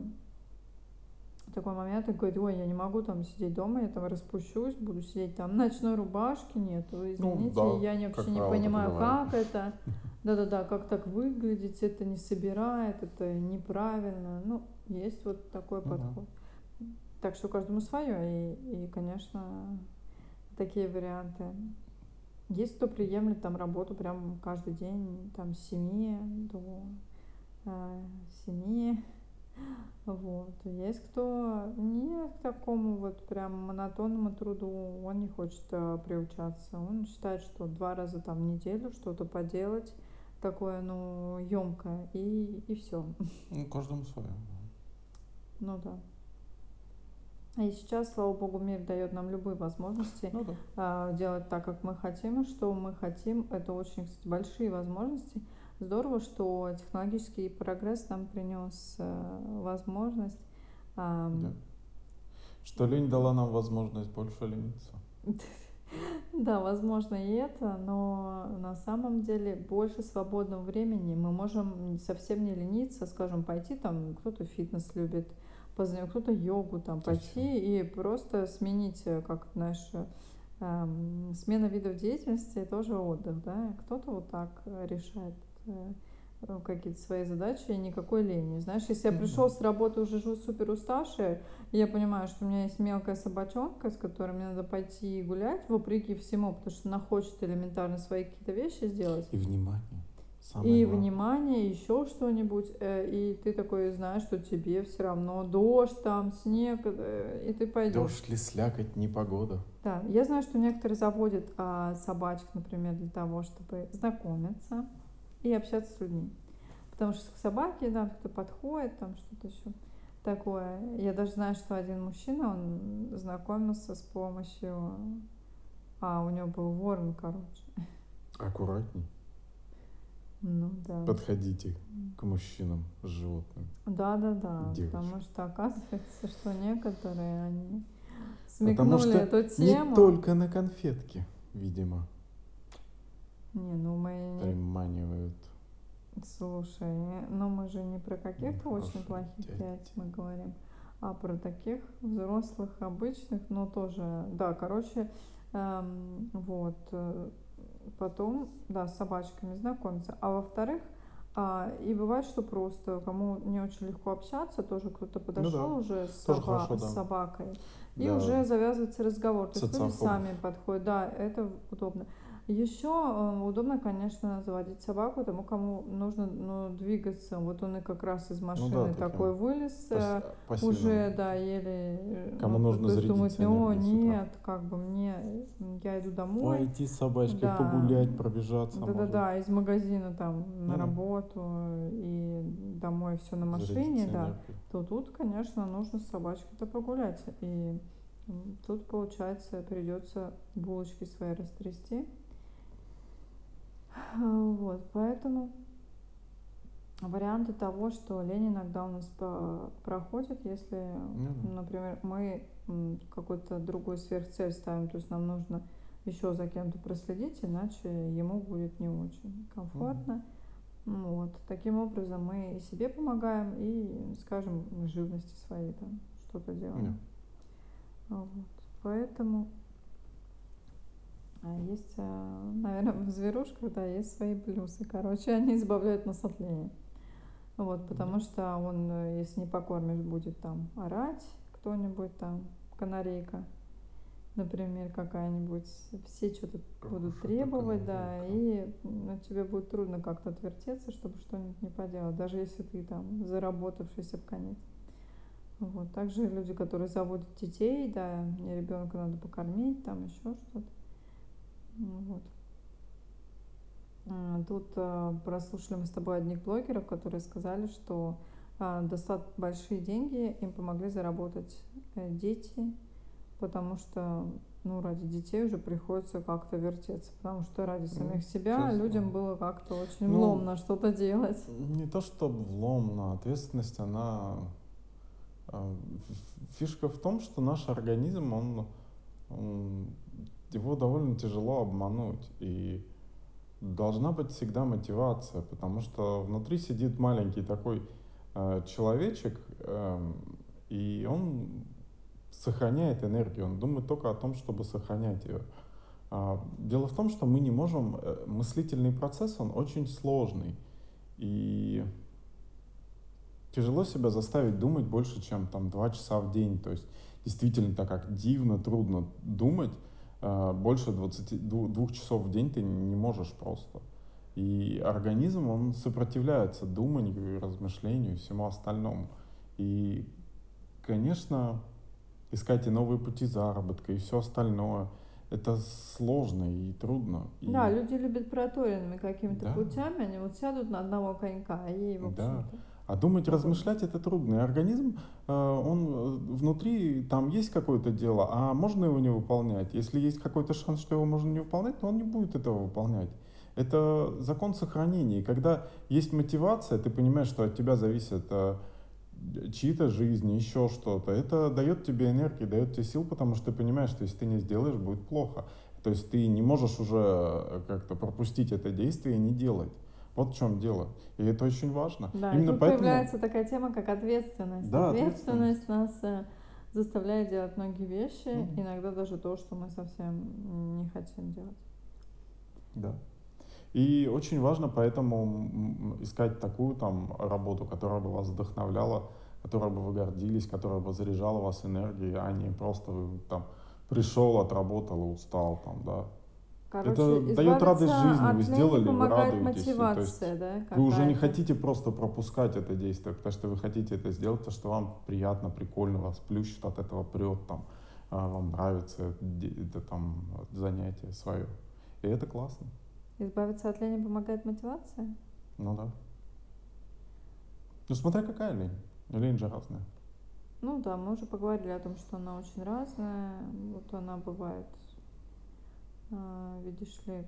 такой момент и говорит: ой, я не могу там сидеть дома, я там распущусь, буду сидеть там в ночной рубашке, нет, вы Ну извините, да, я не, как вообще не правило, так и понимаю, бывает. как это, да-да-да, как так выглядеть, это не собирает, это неправильно, ну, есть вот такой Ну да. подход. Так что каждому свое, и, и, конечно, такие варианты. Есть кто приемлет там работу прям каждый день, там с семи до э, семи. Вот. Есть кто не к такому вот прям монотонному труду, он не хочет э, приучаться. Он считает, что два раза там в неделю что-то поделать такое, ну, емкое, и, и все. Ну, каждому свое. Ну да. И сейчас, слава богу, мир дает нам любые возможности Ну да. а, делать так, как мы хотим, и что мы хотим. Это очень, кстати, большие возможности. Здорово, что технологический прогресс нам принес э, возможность. Да. ам, Что лень дала нам возможность больше лениться. Да, возможно и это, но на самом деле больше свободного времени мы можем совсем не лениться, скажем, пойти там, кто-то фитнес любит, поздравить, кто-то йогу там Ты чё? пойти и просто сменить, э, как, знаешь, э, эм, смена видов деятельности тоже отдых, да, кто-то вот так э, решает э, э, какие-то свои задачи и никакой лени. Знаешь, если я Ну да. пришел с работы уже жу- супер уставшая, и я понимаю, что у меня есть мелкая собачонка, с которой мне надо пойти гулять, вопреки всему, потому что она хочет элементарно свои какие-то вещи сделать. И внимание. Самое И главное. внимание, еще что-нибудь, э, и ты такой знаешь, что тебе все равно дождь там, снег, э, и ты пойдешь. Дождь ли, слякоть, непогода. Да, я знаю, что некоторые заводят а, собачек, например, для того, чтобы знакомиться и общаться с людьми. Потому что к собаке, да, кто-то подходит, там что-то еще такое. Я даже знаю, что один мужчина, он знакомился с помощью... А, у него был ворон, короче. Аккуратней. Ну, да. Подходите к мужчинам с животными. Да, да, да. Девочки. Потому что оказывается, что некоторые, они Потому смекнули что эту не тему. только на конфетке, видимо, Не, ну мы не... приманивают Слушай, ну мы же не про каких-то очень нехорошие плохих дядь дядьки. мы говорим, а про таких взрослых, обычных, но тоже, да, короче, эм, вот, э, потом, да, с собачками знакомиться. А во-вторых, а, и бывает, что просто кому не очень легко общаться, тоже кто-то Ну да, подошел уже с, тоже соба- хорошо, с да. собакой, и Для уже завязывается разговор. То есть люди социофобов. сами подходят, да, это удобно. Еще э, удобно, конечно, заводить собаку тому, кому нужно ну, двигаться. Вот он и как раз из Ну да, машины такой таким вылез, пас- э, пассивным. уже, да, еле, э, Кому ну, то, нужно то есть думает, зарядиться о, энергией с утра. нет, как бы мне, э, я иду домой, Пойти с собачкой да, погулять, пробежаться может. да-да-да, из магазина там на Ну да, работу и домой все на машине, зарядиться да, энергией. то тут, конечно, нужно с собачкой-то погулять. И м, тут, получается, придется булочки свои растрясти. Вот, поэтому варианты того, что лень иногда у нас по- проходит, если, Ну да. например, мы м, какой-то другой сверхцель ставим, то есть нам нужно еще за кем-то проследить, иначе ему будет не очень Мгм. комфортно. Ну вот. Таким образом мы и себе помогаем, и, скажем, живности своей там что-то Да. делаем. Вот. Поэтому а, есть, наверное, в зверушках, да, есть свои плюсы. Короче, они избавляют нас от лени. Вот, Да. потому что он, э, если не покормишь, будет там орать кто-нибудь там, канарейка, например, какая-нибудь. Все что-то Ох будут уж эта требовать, да, канарейка. и ну, тебе будет трудно как-то отвертеться, чтобы что-нибудь не поделать, даже если ты там заработавшийся в конец. Вот. Также люди, которые заводят детей, да, мне ребенка надо покормить, там еще что-то. Ну вот. А, Тут а, прослушали мы с тобой одних блогеров, которые сказали, что а, достаточно большие деньги им помогли заработать э, дети, потому что ну, ради детей уже приходится как-то вертеться, потому что ради Ну, самих себя честно. людям было как-то очень Ну, вломно что-то делать. не то чтобы влом, но ответственность, она... а, ф- Фишка в том, что наш организм, он, он- его довольно тяжело обмануть. И должна быть всегда мотивация, потому что внутри сидит маленький такой э, человечек, эм, и он сохраняет энергию, он думает только о том, чтобы сохранять ее. А, Дело в том, что мы не можем, э, мыслительный процесс, он очень сложный, и тяжело себя заставить думать больше, чем там два часа в день, то есть действительно так активно, трудно думать, э, больше двадцати двух часов в день ты не можешь просто. И организм, он сопротивляется думанию и размышлению и всему остальному. И, конечно, искать и новые пути заработка, и все остальное, это сложно и трудно. Да, И люди любят проторенными какими-то да, путями, они вот сядут на одного конька, и, в да, общем-то. А думать, Другой. размышлять это трудно. И организм, э, он э, внутри, там есть какое-то дело, а можно его не выполнять? Если есть какой-то шанс, что его можно не выполнять, то он не будет этого выполнять. Это закон сохранения. И когда есть мотивация, ты понимаешь, что от тебя зависит э, чьи-то жизни, еще что-то. Это дает тебе энергии, дает тебе сил, потому что ты понимаешь, что если ты не сделаешь, будет плохо. То есть ты не можешь уже э, как-то пропустить это действие и не делать. Вот в чем дело. И это очень важно. Да, и Именно тут поэтому, появляется такая тема, как ответственность. да, ответственность. Ответственность нас э, заставляет делать многие вещи, Мгм. иногда даже то, что мы совсем не хотим делать. Да. И очень важно поэтому м, искать такую там работу, которая бы вас вдохновляла, которой бы вы гордились, которая бы заряжала вас энергией, а не просто вы там пришел, отработал и устал там, да. Это Короче, дает радость избавиться жизни, вы от лени сделали, вы помогает радуетесь, и то есть мотивация, да, вы уже не какая-то. хотите просто пропускать это действие, потому что вы хотите это сделать, потому что вам приятно, прикольно, вас плющит от этого, прет там, а, вам нравится это, де- это там занятие свое. И это классно. Избавиться от лени помогает мотивация? Ну да. Ну смотря какая лень. Лень же разная. Ну да, мы уже поговорили о том, что она очень разная. Вот она бывает, а, видишь ли,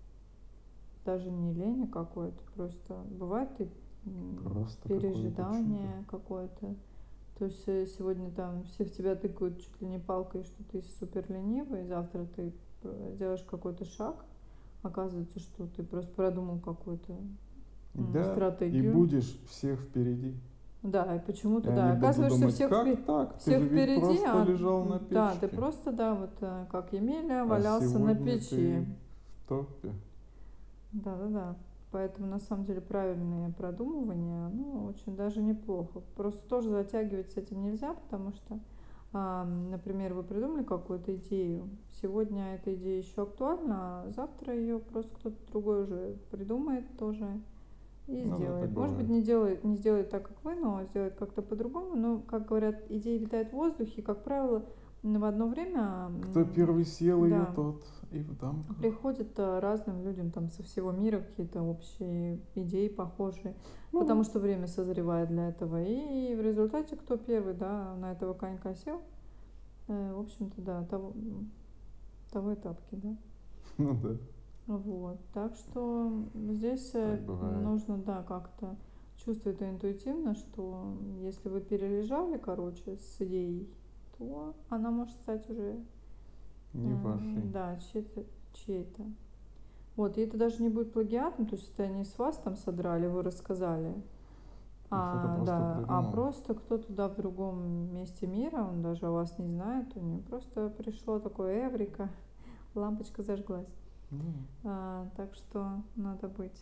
даже не лень а какой-то, просто бывает и м, Просто какое-то чудо. пережидание какое-то. То есть э, сегодня там все в тебя тыкают чуть ли не палкой, что ты супер ленивый, завтра ты э, делаешь какой-то шаг, оказывается, что ты просто продумал какую-то м, Да, и стратегию. будешь всех впереди. Да, и И почему-то, они да, будут оказываешься думать, всех, как впе- так? Ты всех же ведь впереди, просто а лежал на да, ты печке. просто, да, вот э, как Емеля А валялся на сегодня печи. ты в топе. Да, да, да. Поэтому на самом деле правильное продумывание, ну, очень даже неплохо. Просто тоже затягивать с этим нельзя, потому что, а, например, вы придумали какую-то идею, сегодня эта идея еще актуальна, а завтра ее просто кто-то другой уже придумает тоже и Ну да, так сделает. Может быть, бывает. не делает, не сделает так, как вы, но сделает как-то по-другому. Но, как говорят, идея витает в воздухе, и, как правило, м, в одно время, Кто м, первый съел ее, да, тот и в дамках. приходят э, разным людям там со всего мира какие-то общие идеи похожие, Ну да. потому что время созревает для этого. И в результате, кто первый, да, на этого конька сел, э, в общем-то, да, того, м, того и тапки, да. Ну да, Вот. Так что здесь так э, бывает. нужно, да, как-то чувствовать это интуитивно, что если вы перележали, короче, с идеей, то она может стать уже, Не э, вашей. да, чьей-то, чьей-то. Вот, и это даже не будет плагиатом, то есть это не с вас там содрали, вы рассказали, А кто-то а, просто да, а придумал. просто кто-то, да, в другом месте мира, он даже о вас не знает, у него просто пришло такое эврика, лампочка зажглась. Ну, А, так что надо быть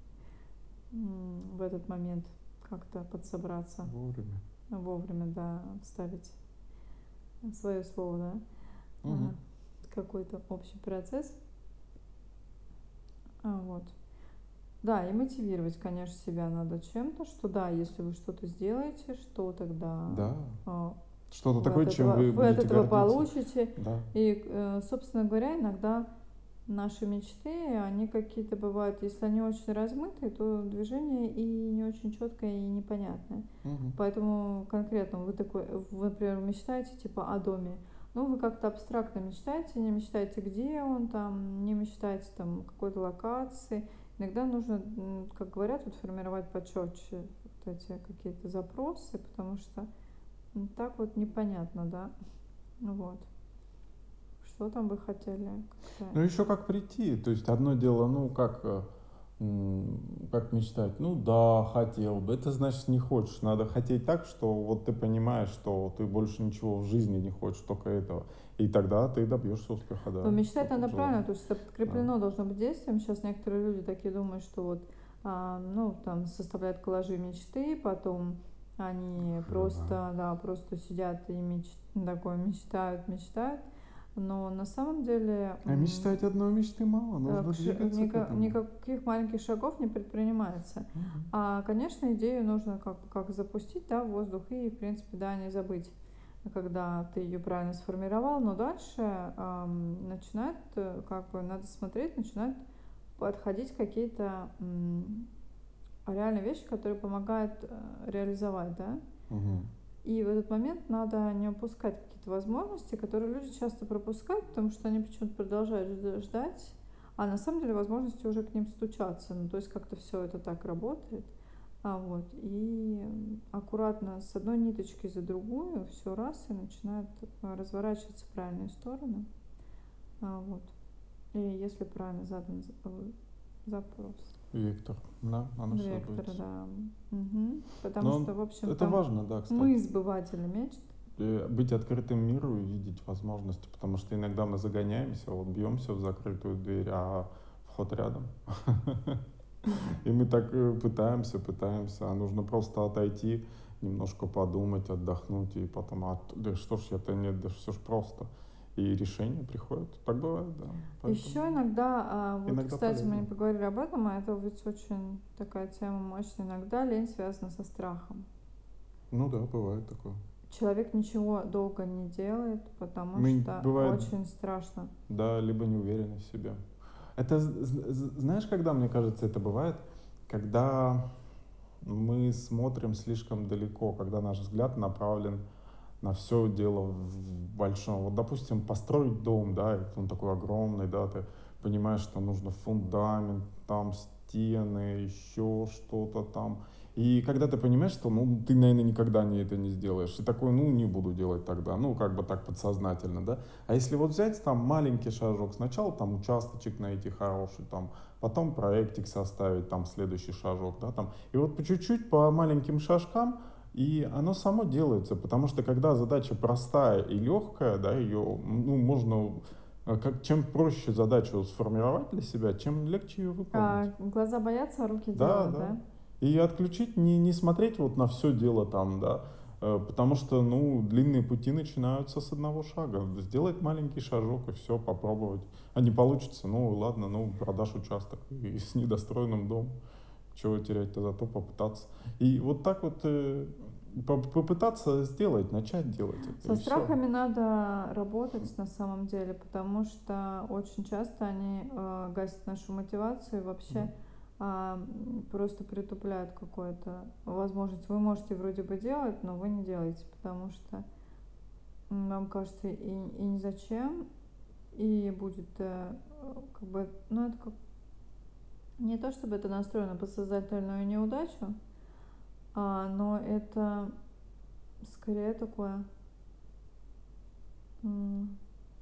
м, в этот момент как-то подсобраться вовремя. вовремя, да, вставить свое слово, да, Угу. а, какой-то общий процесс, а, вот. Да, и мотивировать, конечно, себя надо чем-то, что да, если вы что-то сделаете, что тогда Да. а, Что-то вы от такое, чем этого, вы вы от будете этого гордиться. получите. Да. И, э, собственно говоря, иногда наши мечты, они какие-то бывают, если они очень размытые, то движение и не очень четкое и непонятное. Угу. Поэтому конкретно вы такой, вы, например, мечтаете типа о доме, ну вы как-то абстрактно мечтаете, не мечтаете, где он там, не мечтаете там какой-то локации. Иногда нужно, как говорят, вот формировать почетче вот эти какие-то запросы, потому что так вот непонятно, да, вот. Что там вы хотели как-то? Ну еще как прийти. То есть одно дело, ну как, э, м, как мечтать. Ну да, хотел бы. Это значит не хочешь. Надо хотеть так, что вот ты понимаешь, что ты больше ничего в жизни не хочешь, только этого. И тогда ты добьешься успеха, Но да. мечтать Тут надо правильно, желание. то есть это Да. подкреплено должно быть действием. Сейчас некоторые люди такие думают, что вот, а, ну, там составляют коллажи мечты, потом они Ерунда. просто, да, просто сидят и меч... такое мечтают, мечтают. Но на самом деле А м, мечтать одной мечты мало, э, нужно к ш- двигаться к ника- этому. никаких маленьких шагов не предпринимается. Мгм. А, конечно, идею нужно как, как запустить, да, в воздух и, в принципе, да, не забыть, когда ты ее правильно сформировал, но дальше ам, начинает, э, как бы, надо смотреть, начинают подходить какие-то м, реально вещи, которые помогают э, реализовать, да. Мгм. И в этот момент надо не упускать какие-то возможности, которые люди часто пропускают, потому что они почему-то продолжают жд- ждать, а на самом деле возможности уже к ним стучаться. Ну, то есть как-то все это так работает. А вот, и м, аккуратно с одной ниточки за другую все раз и начинает э, разворачиваться в правильную сторону. А вот. И если правильно задан за- э, запрос. Вектор, да, оно Вектор, сбывается. да. Мгм. Потому что, Но в это общем-то, важно, да, кстати. мы избыватели мечт. Э, Быть открытым миру и видеть возможности, потому что иногда мы загоняемся, вот бьемся в закрытую дверь, а вход рядом. И мы так э, пытаемся, пытаемся, а нужно просто отойти, немножко подумать, отдохнуть, и потом, а т- да что ж я-то нет, да все ж просто. И решение приходит. Так бывает, да. Еще Поэтому иногда, а, вот, иногда кстати, мы не полезно. поговорили об этом, а это ведь очень такая тема мощная. Иногда лень связана со страхом. Ну да, бывает такое. Человек ничего долго не делает, потому Мы, что бывает, очень страшно. да, либо не уверены в себе. Это, з- з- знаешь, когда, мне кажется, это бывает? Когда мы смотрим слишком далеко, когда наш взгляд направлен на все дело в большом. Вот, допустим, построить дом, да, и он такой огромный, да, ты понимаешь, что нужно фундамент, там стены, еще что-то там. И когда ты понимаешь, что, ну, ты, наверное, никогда не это не сделаешь, и такой, ну, не буду делать тогда, ну, как бы так подсознательно, да. А если вот взять там маленький шажок, сначала там участочек найти хороший, там, потом проектик составить, там, следующий шажок, да, там, и вот по чуть-чуть, по маленьким шажкам, и оно само делается, потому что когда задача простая и легкая, да, ее, ну, можно, э, как, чем проще задачу сформировать для себя, чем легче ее выполнить. А глаза боятся, а руки Да, делают, да. да? И отключить, не, не смотреть вот на все дело там, да, э, потому что, ну, длинные пути начинаются с одного шага. Сделать маленький шажок и все, попробовать. А не получится, ну, ладно, ну, продашь участок и с недостроенным домом. Чего терять-то, зато попытаться. И вот так вот э, по- попытаться сделать, начать делать это, Со и все. страхами надо работать на самом деле, потому что очень часто они э, гасят нашу мотивацию и Да. вообще а, м, просто притупляют какую-то возможность. Вы можете вроде бы делать, но вы не делаете, потому что м, вам кажется и, и не зачем, и будет э, как бы, ну это как не то чтобы это настроено на подсознательную неудачу, а, но это скорее такое. м,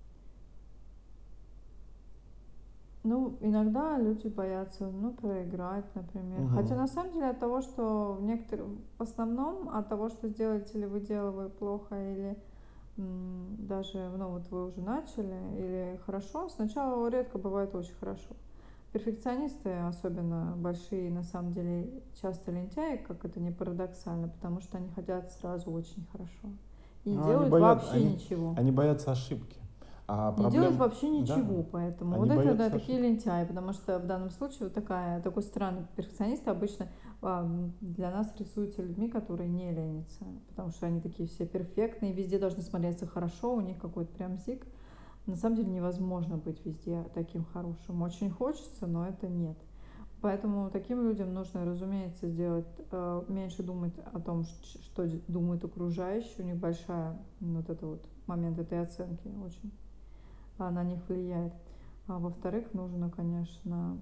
Ну, иногда люди боятся, ну, проиграть, например. Хотя Мгм. на самом деле от того, что в некоторых, в основном от того, что сделаете ли вы дело вы плохо или м, даже, ну, вот вы уже начали или хорошо, сначала редко бывает очень хорошо. Перфекционисты, особенно большие, на самом деле часто лентяи, как это не парадоксально, потому что они хотят сразу очень хорошо. И не Ну, они делают боят, вообще они, ничего. они боятся ошибки. А Не делают проблем, вообще да, ничего, поэтому они вот это, да, боятся такие ошибки. лентяи, потому что в данном случае вот такая, такой странный перфекционист обычно а, для нас рисуются людьми, которые не ленятся, потому что они такие все перфектные, везде должны смотреться хорошо, у них какой-то прям зик. На самом деле невозможно быть везде таким хорошим. Очень хочется, но это нет. Поэтому таким людям нужно, разумеется, сделать э, меньше думать о том, ш- что думают окружающие. У них большая вот это вот момент этой оценки очень а, на них влияет. А во-вторых, нужно, конечно,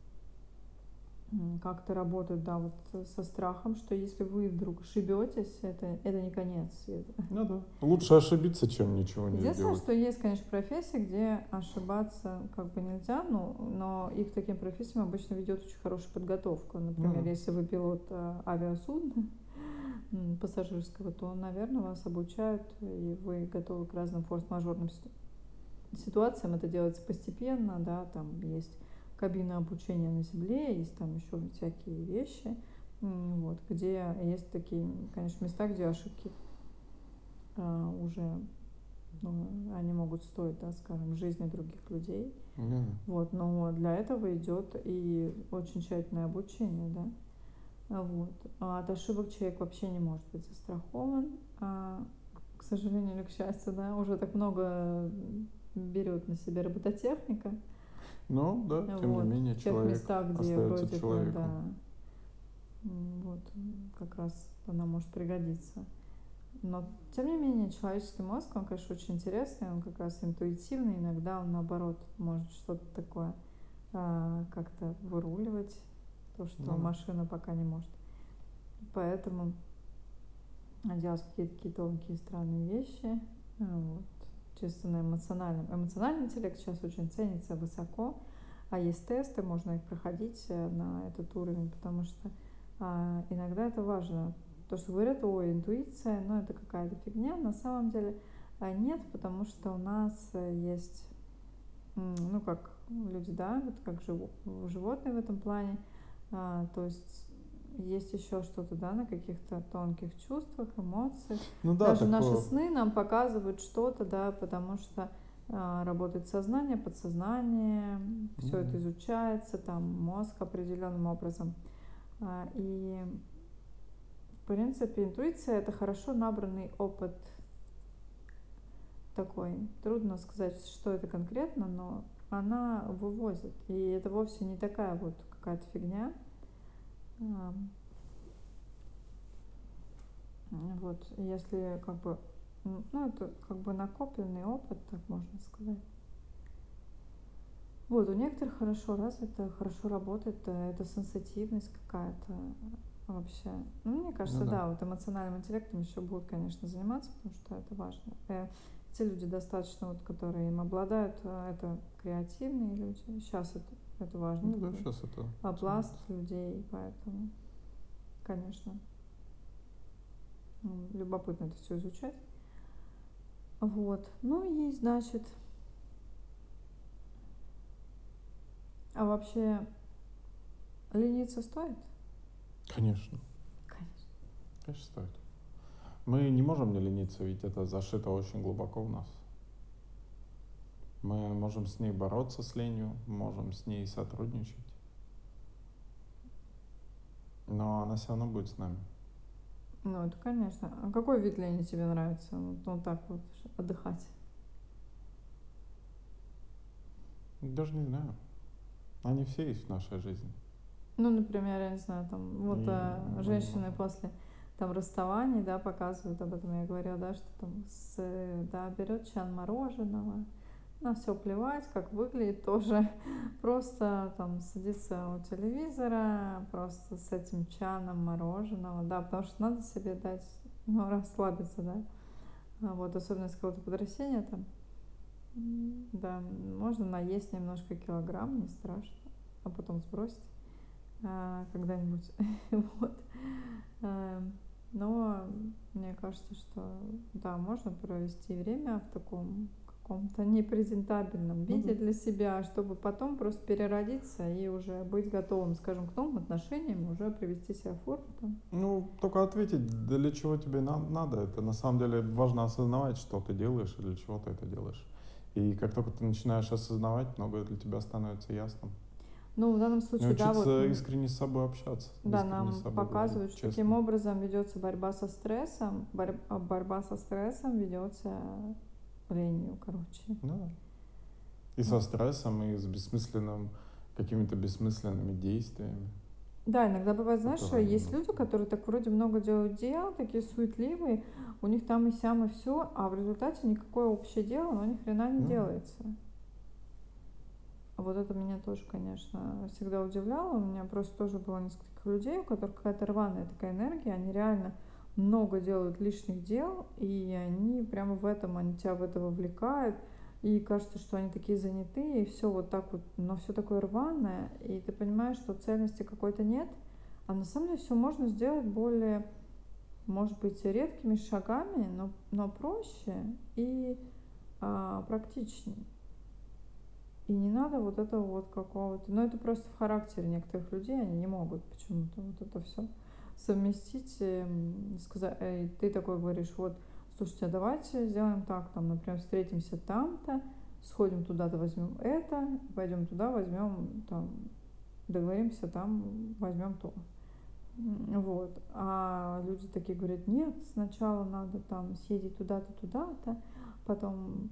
как-то работать, да, вот со страхом, что если вы вдруг ошибетесь, это, это не конец света. Ну да. Лучше ошибиться, чем ничего не Единственное, сделать. что есть, конечно, профессии, где ошибаться как бы нельзя, ну, но и к таким профессиям обычно ведет очень хорошую подготовку. Ну Например, да. если вы пилот э, авиасудна пассажирского, то, наверное, вас обучают, и вы готовы к разным форс-мажорным ситуациям. Это делается постепенно, да, там есть кабина обучения на земле, есть там еще всякие вещи, вот, где есть такие, конечно, места, где ошибки а, уже, ну, они могут стоить, да, скажем, жизни других людей, Ну да. вот, но для этого идет и очень тщательное обучение, да, а вот. А от ошибок человек вообще не может быть застрахован, а, к сожалению или к счастью, да, уже так много берет на себя робототехника, Но да, тем не вот, менее, в тех человек местах, где остается вроде бы, человеком. да, Вот, как раз она может пригодиться. Но, тем не менее, человеческий мозг, он, конечно, очень интересный, он как раз интуитивный, иногда он, наоборот, может что-то такое а, как-то выруливать, то, что Ну да. машина пока не может. Поэтому делать какие-то такие тонкие, странные вещи, вот, чисто на эмоциональном. Эмоциональный интеллект сейчас очень ценится высоко, а есть тесты, можно их проходить на этот уровень, потому что а, иногда это важно. То, что говорят, ой, интуиция, ну это какая-то фигня, на самом деле а нет, потому что у нас есть, ну как люди, да, вот как животные в этом плане, а, то есть есть еще что-то, да, на каких-то тонких чувствах, эмоциях. Ну да, Даже наши такое. сны нам показывают что-то, да, потому что а, работает сознание, подсознание, все это Мгм. изучается, там мозг определенным образом. А, и в принципе интуиция это хорошо набранный опыт такой. Трудно сказать, что это конкретно, но она вывозит. И это вовсе не такая вот какая-то фигня. А, Вот, если как бы, ну, это как бы накопленный опыт, так можно сказать. Вот, у некоторых хорошо развито, хорошо работает, э, это сенситивность какая-то вообще. Ну, мне Ну кажется, да. да, вот эмоциональным интеллектом еще будут, конечно, заниматься, потому что это важно. Э, те люди достаточно, вот, которые им обладают, э, это креативные люди. Сейчас это, это важный Ну да, такой сейчас это а, пласт ценится. людей, поэтому, конечно, м, любопытно это все изучать. Вот, ну и, значит, а вообще лениться стоит? Конечно. Конечно. Конечно, стоит. Мы не можем не лениться, ведь это зашито очень глубоко в нас. Мы можем с ней бороться, с ленью, можем с ней сотрудничать, но она все равно будет с нами. Ну, это конечно. А какой вид лени тебе нравится? Вот, вот так вот отдыхать. Даже не знаю. Они все есть в нашей жизни. Ну, например, я не знаю, там, вот И а, мы не женщины можем. после там расставаний, да, показывают, об этом я говорила, да, что там с, да, берет чан мороженого, на все плевать, как выглядит тоже, просто там садится у телевизора, просто с этим чаном мороженого, да, потому что надо себе дать, ну, расслабиться, да, а вот, особенно если какого-то подрастения там, да, можно наесть немножко килограмм, не страшно, а потом сбросить а, когда-нибудь. Вот. А, Но мне кажется, что да, можно провести время в таком каком-то непрезентабельном Ну виде да. для себя, чтобы потом просто переродиться и уже быть готовым, скажем, к новым отношениям, уже привести себя в форму там. Ну, только ответить, для чего тебе на- надо. Это на самом деле важно осознавать, что ты делаешь и для чего ты это делаешь. И как только ты начинаешь осознавать, многое для тебя становится ясным. Ну, в данном И случае, да, вот, учиться искренне с собой общаться, да, искренне с нам собой говорить, показывают, что таким честно. образом ведется борьба со стрессом, борь- а борьба со стрессом ведется ленью, короче. Ну да. И со Вот. стрессом, и с бессмысленным, какими-то бессмысленными действиями, Да, иногда бывает, знаешь, которые не есть люди, нужны. которые так вроде много делают дел, такие суетливые, у них там и сям, и все, а в результате никакое общее дело, но ни хрена не Ну да. делается. Вот это меня тоже, конечно, всегда удивляло. У меня просто тоже было несколько людей, у которых какая-то рваная такая энергия, они реально много делают лишних дел, и они прямо в этом, они тебя в это вовлекают, и кажется, что они такие занятые, и все вот так вот, но все такое рваное, и ты понимаешь, что цельности какой-то нет, а на самом деле все можно сделать более, может быть, редкими шагами, но, но проще и а, практичнее. И не надо вот этого вот какого-то... Ну, это просто в характере некоторых людей, они не могут почему-то вот это все совместить, эм, сказать, эй, ты такой говоришь, вот, слушайте, а давайте сделаем так, там, например, встретимся там-то, сходим туда-то, возьмем это, пойдем туда, возьмем, там, договоримся, там, возьмем то. Вот. А люди такие говорят, нет, сначала надо там съездить туда-то, туда-то, потом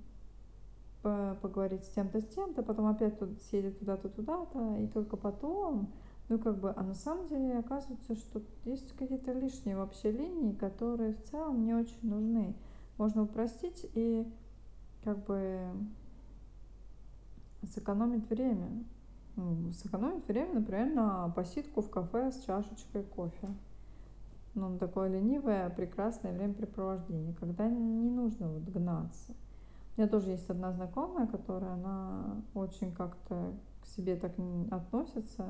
поговорить с тем-то, с тем-то, потом опять тут съедет туда-то, туда-то, и только потом Ну, как бы, а на самом деле оказывается, что есть какие-то лишние вообще линии, которые в целом не очень нужны. Можно упростить и как бы сэкономить время. Ну, сэкономить время, например, на посидку в кафе с чашечкой кофе. Ну, такое ленивое, прекрасное времяпрепровождение, когда не нужно вот гнаться. У меня тоже есть одна знакомая, которая, она очень как-то к себе так относится,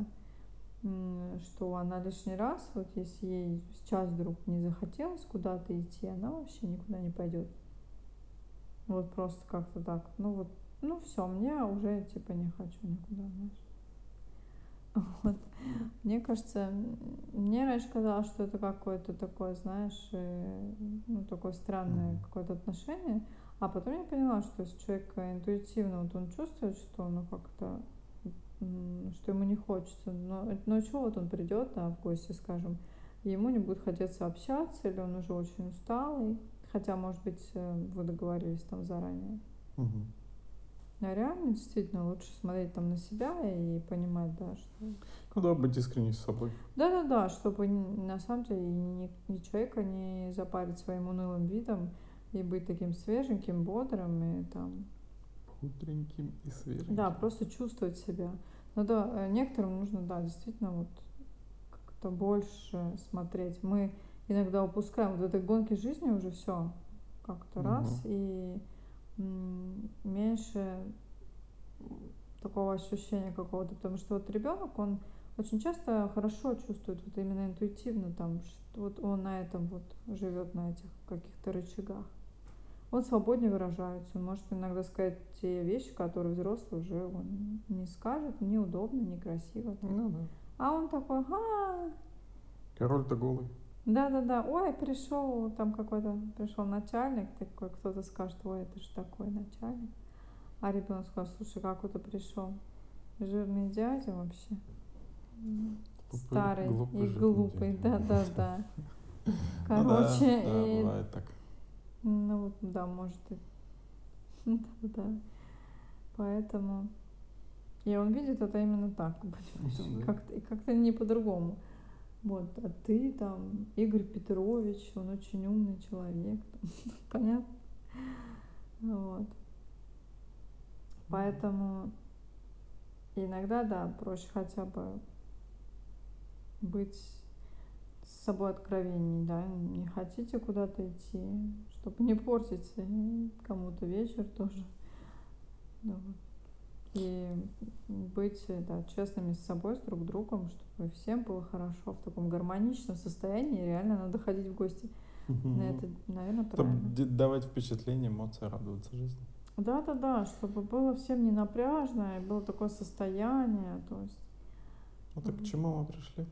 что она лишний раз, вот если ей сейчас вдруг не захотелось куда-то идти, она вообще никуда не пойдет. Вот просто как-то так. Ну вот, ну все, мне уже типа не хочу никуда, знаешь. Вот. Мне кажется, мне раньше казалось, что это какое-то такое, знаешь, э, ну, такое странное Мгм. какое-то отношение. А потом я поняла, что если человек интуитивно, вот он чувствует, что ну как-то, что ему не хочется, но, но что вот он придет, да, в гости, скажем, и ему не будет хотеться общаться, или он уже очень усталый, хотя, может быть, э, вы договорились там заранее. Мгм. А реально, действительно, лучше смотреть там на себя и понимать, да, что Ну да, быть искренней с собой. да-да-да, чтобы на самом деле ни, ни человека не запарить своим унылым видом и быть таким свеженьким, бодрым и там, Хутреньким и да, свеженьким. просто чувствовать себя. Но да, э, некоторым нужно, да, действительно вот как-то больше смотреть. Мы иногда упускаем вот этой гонки жизни уже все как-то раз Мгм. и м, меньше такого ощущения какого-то, потому что вот ребенок, он очень часто хорошо чувствует вот именно интуитивно там, что вот он на этом вот живет, на этих каких-то рычагах. Он свободнее выражается, он может иногда сказать те вещи, которые взрослый уже он не скажет, неудобно, некрасиво там. Ну да. А он такой, ага, Король-то голый. да-да-да, ой, пришел там какой-то, пришел начальник такой, кто-то скажет, ой, это же такой начальник. А ребенок скажет, слушай, как это пришел? Жирный дядя вообще. Глупый, Старый и глупый жирный глупый, дядя. да-да-да. Ну да, Короче, да, и, бывает так. ну, вот, да, может, и, да-да. Поэтому, и он видит это именно так, понимаешь, Ну да. как-то, и как-то не по-другому. Вот, а ты там, Игорь Петрович, он очень умный человек, понятно? Вот. Поэтому иногда, да, проще хотя бы быть с собой откровенней, да, не хотите куда-то идти, чтобы не портить кому-то вечер тоже. Ну вот. И быть, да, честными с собой, с друг другом, чтобы всем было хорошо в таком гармоничном состоянии. Реально надо ходить в гости. На Ну, это, наверное, чтобы правильно. давать впечатление, эмоции, радоваться жизни. Да-да-да, чтобы было всем не напряжно, и было такое состояние, то есть. Ну так к Вот. чему мы пришли?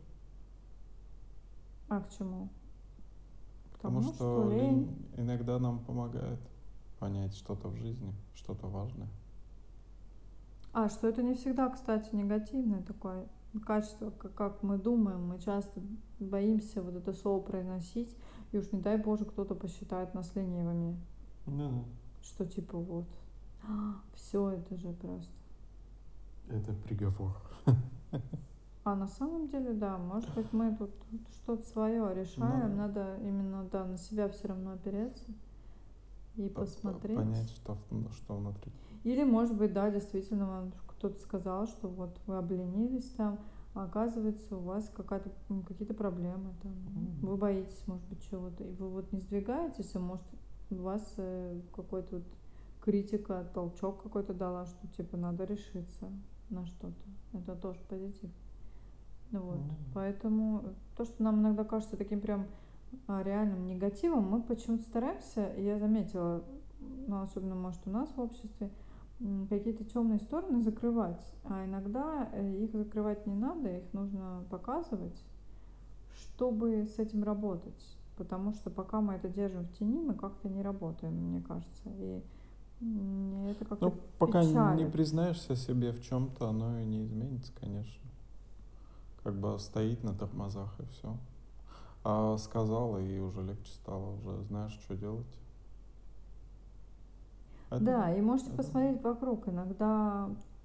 А к чему? К Потому тому, что что лень. лень иногда нам помогает понять что-то в жизни, что-то важное. А, что это не всегда, кстати, негативное такое качество, как, как мы думаем. Мы часто боимся вот это слово произносить, и уж не дай Боже, кто-то посчитает нас ленивыми. Ну Что типа вот, все это же просто. да. Это приговор. А на самом деле, да, может быть, мы тут что-то свое Ну решаем, да. надо именно, да, на себя все равно опереться и П- п- посмотреть. Понять, что, в- что внутри. Или, может быть, да, действительно, вам кто-то сказал, что вот вы обленились там, а оказывается, у вас какая-то, какие-то проблемы там, М. вы боитесь, может быть, чего-то, и вы вот не сдвигаетесь, а может, у вас э, какой-то вот критика, толчок какой-то дала, что типа надо решиться на что-то. Это тоже позитив. Вот. М. Поэтому то, что нам иногда кажется таким прям а, реальным негативом, мы почему-то стараемся, и я заметила, ну, особенно, может, у нас в обществе, какие-то темные стороны закрывать. А иногда э, их закрывать не надо, их нужно показывать, чтобы с этим работать. Потому что пока мы это держим в тени, мы как-то не работаем, мне кажется. И это как-то Ну, пока не печалит. признаешься себе в чем-то, оно и не изменится, конечно. Как бы стоит на тормозах и все. А сказал, и уже легче стало, уже знаешь, что делать. Это да, Да, и можете это да. посмотреть вокруг. Иногда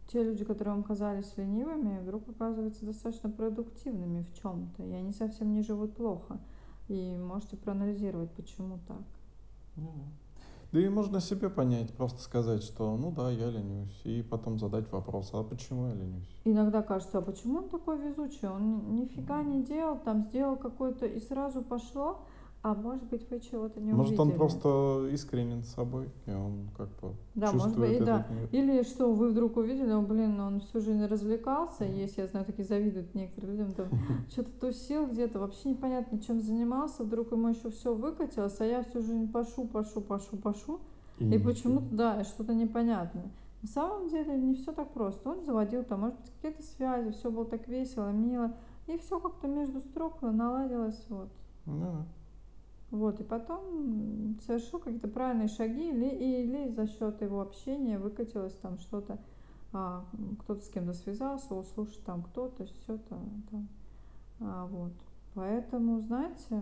те люди, которые вам казались ленивыми, вдруг оказываются достаточно продуктивными в чем-то, и они совсем не живут плохо. И можете проанализировать, почему так. Мгм. Да и можно себе понять, просто сказать, что ну да, я ленюсь, и потом задать вопрос, а почему я ленюсь? Иногда кажется, а почему он такой везучий? Он ни- нифига М. не делал, там сделал какой-то и сразу пошло, а может быть вы чего-то не Может, он увидели. просто искренен с собой, и он как бы Да, может быть, и чувствует да. этот мир. Или что, вы вдруг увидели, о, блин, он всю жизнь развлекался, Мгм. есть, я знаю, такие завидуют некоторым людям, там, что-то тусил где-то, вообще непонятно, чем занимался, вдруг ему еще все выкатилось, а я всю жизнь пашу, пашу, пашу, пашу, И и ничего. почему-то, да, что-то непонятное. На самом деле не все так просто. Он заводил там, может быть, какие-то связи, все было так весело, мило, и все как-то между строк наладилось, вот. Ну да. Вот, и потом совершил какие-то правильные шаги, или, или за счет его общения выкатилось там что-то, а, кто-то с кем-то связался, услышал там кто-то, все-то там, а, вот. Поэтому, знаете,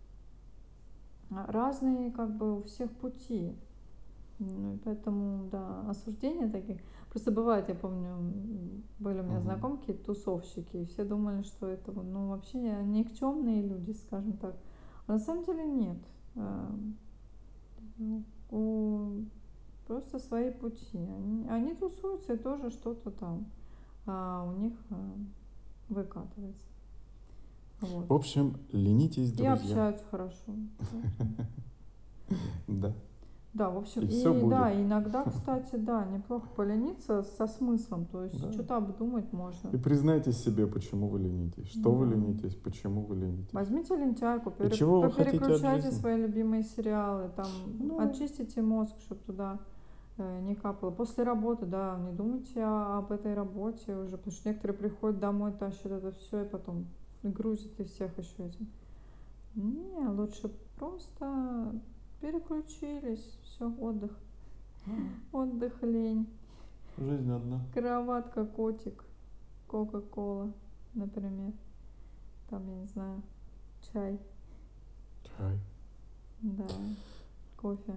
разные как бы у всех пути. Ну, и поэтому, да, осуждения таких. Просто бывает, я помню, были у меня Мгм. знакомки, тусовщики, и все думали, что это ну, вообще никчемные люди, скажем так. А на самом деле нет. А, ну, у- просто свои пути. Они, они тусуются и тоже что-то там а, у них а, выкатывается. Вот. В общем, ленитесь, И друзья. общаются хорошо. Поэтому. Да. Да, в общем, И все и будет. да, иногда, кстати, да, неплохо полениться со смыслом, то есть Да. что-то обдумать можно. И признайтесь себе, почему вы ленитесь, что вы Да. ленитесь, почему вы ленитесь. Возьмите лентяйку, И пере- чего вы хотите от попереключайте жизни. свои любимые сериалы, там, Ну, очистите мозг, чтобы туда э, не капало. После работы, да, не думайте о- об этой работе уже, потому что некоторые приходят домой, тащат это все и потом грузят и всех еще этим. Не, лучше просто переключились, все, отдых, ну, отдых, лень, жизнь одна. кроватка, котик, кока-кола, например, там, я не знаю, чай, Чай. да, кофе,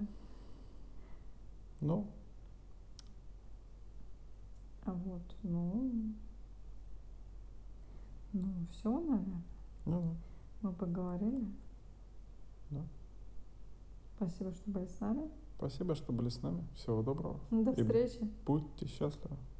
Ну, а вот, ну, ну, все, наверное, ну, мы поговорили. да. Спасибо, что были с нами. Спасибо, что были с нами. Всего доброго. До И встречи. будьте счастливы.